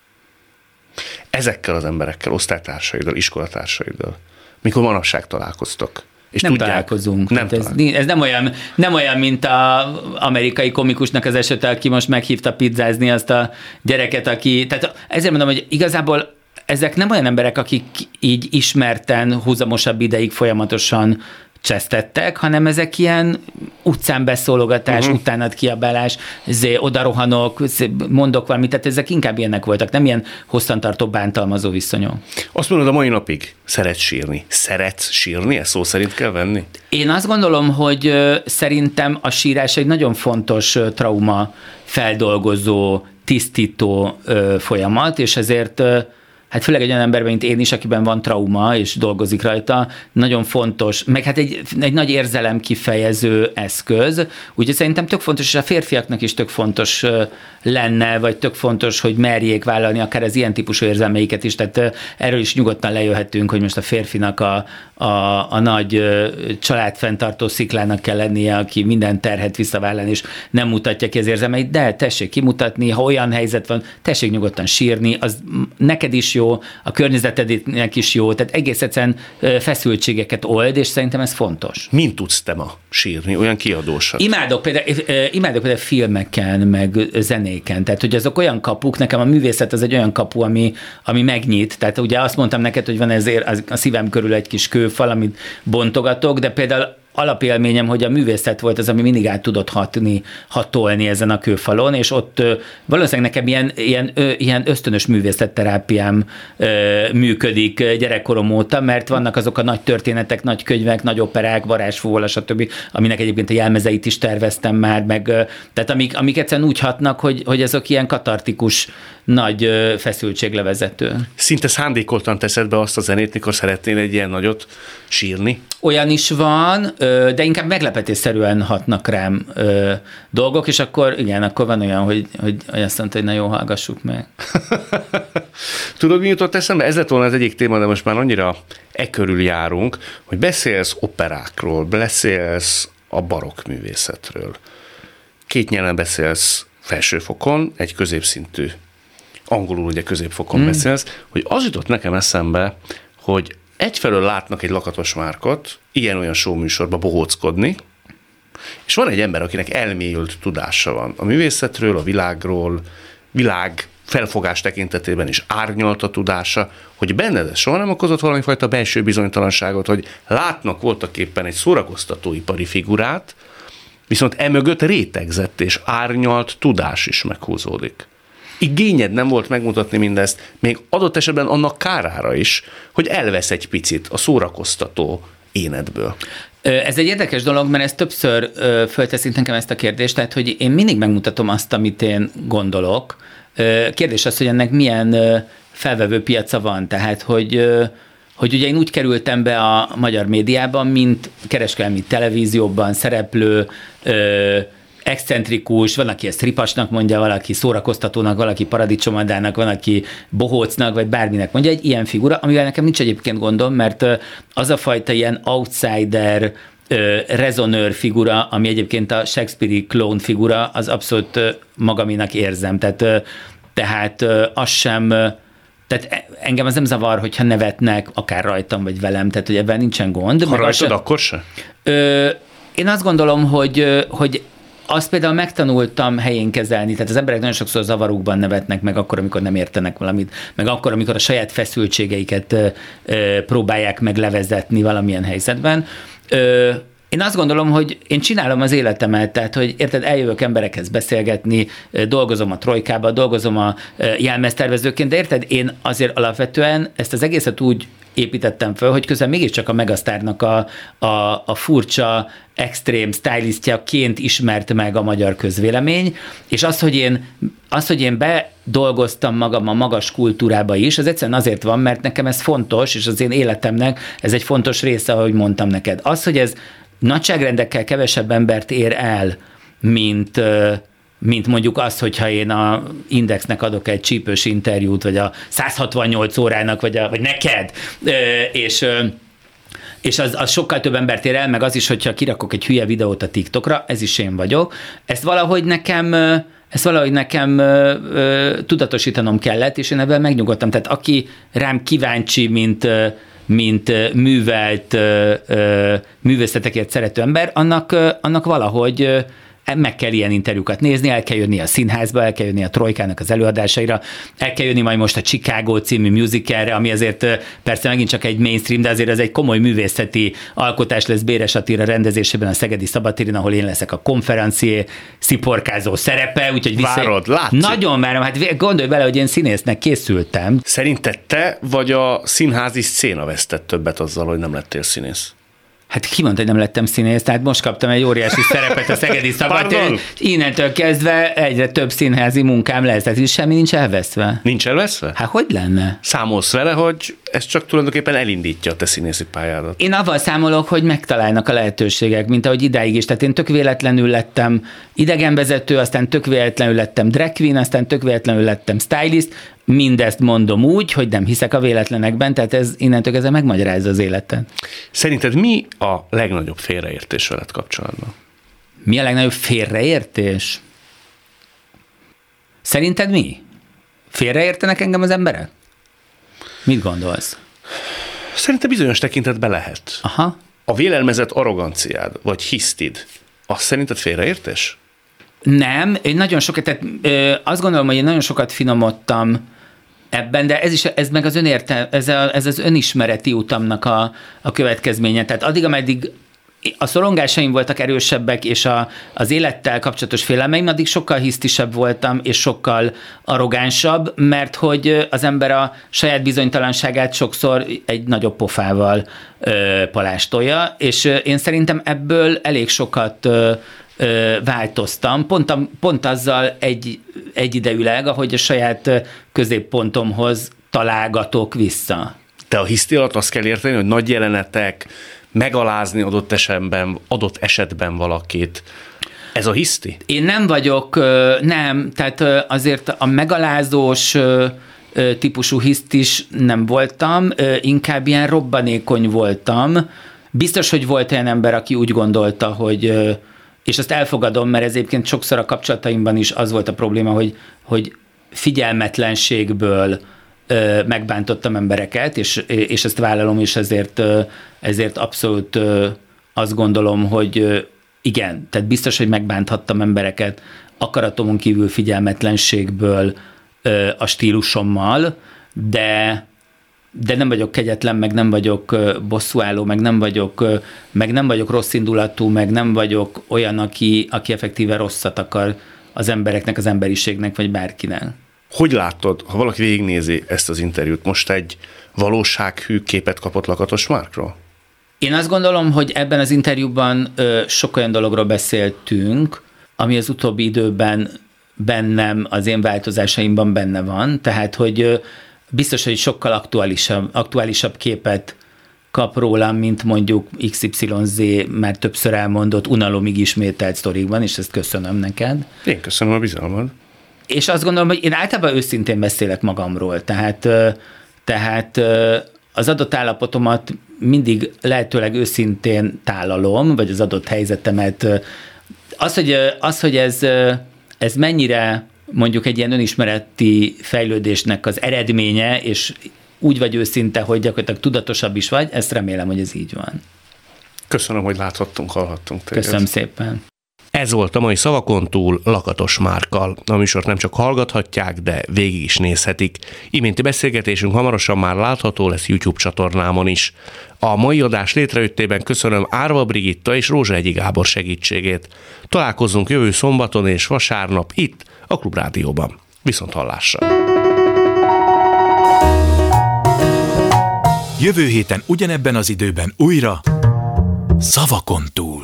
Ezekkel az emberekkel, osztálytársaiddal, iskolatársaiddal, mikor manapság találkoztok? És nem tudják, találkozunk. Nem ez, ez nem olyan, nem olyan, mint az amerikai komikusnak az esete, aki most meghívta pizzázni azt a gyereket, aki... Tehát ezért mondom, hogy igazából ezek nem olyan emberek, akik így ismerten, húzamosabb ideig folyamatosan csesztettek, hanem ezek ilyen utcán beszólogatás, uh-huh. utánad kiabálás, odarohanok, mondok valamit, tehát ezek inkább ilyenek voltak, nem ilyen hosszantartó bántalmazó viszonyok. Azt mondod, a mai napig szeretsz sírni. Szeretsz sírni? Ezt szó szerint kell venni? Én azt gondolom, hogy szerintem a sírás egy nagyon fontos trauma feldolgozó, tisztító folyamat, és ezért hát főleg egy olyan emberben, mint én is, akiben van trauma, és dolgozik rajta, nagyon fontos, meg hát egy, egy nagy érzelem kifejező eszköz, úgyhogy szerintem tök fontos, és a férfiaknak is tök fontos lenne, vagy tök fontos, hogy merjék vállalni akár az ilyen típusú érzelmeiket is, tehát erről is nyugodtan lejöhetünk, hogy most a férfinak a, a, a nagy családfenntartó sziklának kell lennie, aki minden terhet visszavállal, és nem mutatja ki az érzelmeit, de tessék kimutatni, ha olyan helyzet van, tessék nyugodtan sírni, az neked is jó, a környezetednek is jó, tehát egész egyszerűen feszültségeket old, és szerintem ez fontos. Mint tudsz te ma sírni, olyan kiadósat? Imádok például, imádok például filmeken, meg zenéken, tehát hogy azok olyan kapuk, nekem a művészet az egy olyan kapu, ami, ami megnyit, tehát ugye azt mondtam neked, hogy van ezért a szívem körül egy kis kőfal, amit bontogatok, de például alapélményem, hogy a művészet volt az, ami mindig át tudott hatni, hatolni ezen a kőfalon, és ott ö, valószínűleg nekem ilyen, ilyen, ö, ilyen ösztönös művészetterápiám ö, működik gyerekkorom óta, mert vannak azok a nagy történetek, nagy könyvek, nagy operák, varázsfúvola, stb., aminek egyébként a jelmezeit is terveztem már, meg, ö, tehát amik, amik egyszerűen úgy hatnak, hogy, hogy azok ilyen katartikus, nagy ö, feszültséglevezető. Szinte szándékoltan teszed be azt a zenét, mikor szeretnél egy ilyen nagyot sírni? Olyan is van, de inkább meglepetésszerűen hatnak rám ö, dolgok, és akkor igen, akkor van olyan, hogy, hogy, hogy azt mondta, hogy na jó, hallgassuk meg. Tudod, mi jutott eszembe? Ez lett volna az egyik téma, de most már annyira e körül járunk, hogy beszélsz operákról, beszélsz a barokk művészetről. Két nyelven beszélsz felsőfokon, egy középszintű, angolul ugye középfokon hmm. beszélsz, hogy az jutott nekem eszembe, hogy egyfelől látnak egy Lakatos Márkot, ilyen-olyan showműsorba bohóckodni, és van egy ember, akinek elmélyült tudása van a művészetről, a világról, világ felfogás tekintetében is árnyalt a tudása, hogy benned ez soha nem okozott valami fajta belső bizonytalanságot, hogy látnak voltak éppen egy szórakoztatóipari figurát, viszont emögött rétegzett és árnyalt tudás is meghúzódik. Igényed nem volt megmutatni mindezt, még adott esetben annak kárára is, hogy elvesz egy picit a szórakoztató énedből. Ez egy érdekes dolog, mert ez többször fölteszi nekem ezt a kérdést, tehát hogy én mindig megmutatom azt, amit én gondolok. Kérdés az, hogy ennek milyen felvevő piaca van, tehát hogy, hogy ugye én úgy kerültem be a magyar médiában, mint kereskedelmi televízióban szereplő, excentrikus, van, aki ezt ripasnak mondja, valaki szórakoztatónak, valaki paradicsomadának, van, aki bohócnak, vagy bárminek mondja, egy ilyen figura, amivel nekem nincs egyébként gondom, mert az a fajta ilyen outsider, rezonőr figura, ami egyébként a Shakespeare-i klón figura, az abszolút magaminak érzem. Tehát, tehát az sem, tehát engem az nem zavar, hogyha nevetnek, akár rajtam, vagy velem, tehát hogy ebben nincsen gond. Ha rajtad, akkor se? Ö, én azt gondolom, hogy, hogy azt például megtanultam helyén kezelni, tehát az emberek nagyon sokszor zavarukban nevetnek meg akkor, amikor nem értenek valamit, meg akkor, amikor a saját feszültségeiket ö, ö, próbálják meg levezetni valamilyen helyzetben. Ö, Én azt gondolom, hogy én csinálom az életemet, tehát, hogy érted, eljövök emberekhez beszélgetni, dolgozom a Trojkába, dolgozom a jelmeztervezőként, de érted, én azért alapvetően ezt az egészet úgy építettem föl, hogy közben mégiscsak a Megasztárnak a, a, a furcsa, extrém stylistjaként ismert meg a magyar közvélemény, és az, hogy én, az, hogy én bedolgoztam magam a magas kultúrába is, az egyszerűen azért van, mert nekem ez fontos, és az én életemnek ez egy fontos része, ahogy mondtam neked. Az, hogy ez nagyságrendekkel kevesebb embert ér el, mint, mint mondjuk az, hogyha én a Indexnek adok egy csípős interjút, vagy a száz hatvannyolc órának, vagy, a, vagy neked, és, és az, az sokkal több embert ér el, meg az is, hogyha kirakok egy hülye videót a TikTokra, ez is én vagyok. Ezt valahogy nekem... Ezt valahogy nekem ö, ö, tudatosítanom kellett, és én ebben megnyugodtam. Tehát aki rám kíváncsi, mint... Ö, mint művelt, művészeteket szerető ember, annak, annak valahogy meg kell ilyen interjúkat nézni, el kell jönni a színházba, el kell jönni a Trojkának az előadásaira, el kell jönni majd most a Chicago című musicalre, ami azért persze megint csak egy mainstream, de azért ez egy komoly művészeti alkotás lesz Béres Attila rendezésében a Szegedi Szabadtéren, ahol én leszek a konferencié sziporkázó szerepe, úgyhogy vissza... Várod, látszik. Nagyon várom, hát gondolj bele, hogy én színésznek készültem. Szerinted te vagy a színházi szcéna vesztett többet azzal, hogy nem lettél színész? Hát ki mondta, hogy nem lettem színész, tehát most kaptam egy óriási szerepet a Szegedi Szabadtéren, innentől kezdve egyre több színházi munkám lesz, tehát semmi nincs elveszve. Nincs elveszve? Hát hogy lenne? Számolsz vele, hogy ez csak tulajdonképpen elindítja a te színészi pályádat? Én avval számolok, hogy megtalálnak a lehetőségek, mint ahogy idáig is. Tehát én tök véletlenül lettem idegenvezető, aztán tök véletlenül lettem drag queen, aztán tök véletlenül lettem stylist. Mindezt mondom úgy, hogy nem hiszek a véletlenekben, tehát ez innentől kezdve megmagyarázza az életet. Szerinted mi a legnagyobb félreértés veled kapcsolatban? Mi a legnagyobb félreértés? Szerinted mi? Félreértenek engem az emberek? Mit gondolsz? Szerintem bizonyos tekintetben lehet. Aha. A vélelmezett arroganciád, vagy hisztid, az szerinted félreértés? Nem, én nagyon sokat, tehát ö, azt gondolom, hogy én nagyon sokat finomodtam ebben, de ez is, ez meg az önérte, ez, a, ez az önismereti utamnak a, a következménye. Tehát addig, ameddig a szorongásaim voltak erősebbek, és a, az élettel kapcsolatos félelmeim, addig sokkal hisztisebb voltam, és sokkal arrogánsabb, mert hogy az ember a saját bizonytalanságát sokszor egy nagyobb pofával ö, palástolja, és én szerintem ebből elég sokat ö, ö, változtam, pont, a, pont azzal egy, egyidejűleg, ahogy a saját középpontomhoz találgatok vissza. Te a hiszti alatt azt kell érteni, hogy nagy jelenetek, megalázni adott esetben, adott esetben valakit. Ez a hiszti? Én nem vagyok, nem, tehát azért a megalázós típusú hisztis nem voltam, inkább ilyen robbanékony voltam. Biztos, hogy volt olyan ember, aki úgy gondolta, hogy, és azt elfogadom, mert ez egyébként sokszor a kapcsolataimban is az volt a probléma, hogy, hogy figyelmetlenségből megbántottam embereket, és, és ezt vállalom, és ezért, ezért abszolút azt gondolom, hogy igen, tehát biztos, hogy megbánthattam embereket akaratomon kívül figyelmetlenségből a stílusommal, de, de nem vagyok kegyetlen, meg nem vagyok bosszúálló, meg nem vagyok, meg nem vagyok rosszindulatú, meg nem vagyok olyan, aki, aki effektíve rosszat akar az embereknek, az emberiségnek, vagy bárkinek. Hogy látod, ha valaki végignézi ezt az interjút, most egy valósághű képet kapott Lakatos Márkról? Én azt gondolom, hogy ebben az interjúban ö, sok olyan dologról beszéltünk, ami az utóbbi időben bennem, az én változásaimban benne van, tehát, hogy ö, biztos, hogy sokkal aktuálisabb, aktuálisabb képet kap rólam, mint mondjuk iksz ipszilon zé már többször elmondott unalomig ismételt sztorikban, és ezt köszönöm neked. Én köszönöm a bizalmad. És azt gondolom, hogy én általában őszintén beszélek magamról, tehát, tehát az adott állapotomat mindig lehetőleg őszintén tálalom, vagy az adott helyzetemet. Az, hogy, az, hogy ez, ez mennyire mondjuk egy ilyen önismereti fejlődésnek az eredménye, és úgy vagy őszinte, hogy gyakorlatilag tudatosabb is vagy, ezt remélem, hogy ez így van. Köszönöm, hogy láthattunk, hallhattunk téged. Köszönöm szépen. Ez volt a mai Szavakon túl Lakatos Márkkal. A műsort nem csak hallgathatják, de végig is nézhetik. Iménti beszélgetésünk hamarosan már látható lesz YouTube csatornámon is. A mai adás létrejöttében köszönöm Árva Brigitta és Rózsa Egyi Gábor segítségét. Találkozzunk jövő szombaton és vasárnap itt a Klubrádióban. Viszont hallásra! Jövő héten ugyanebben az időben újra Szavakon túl.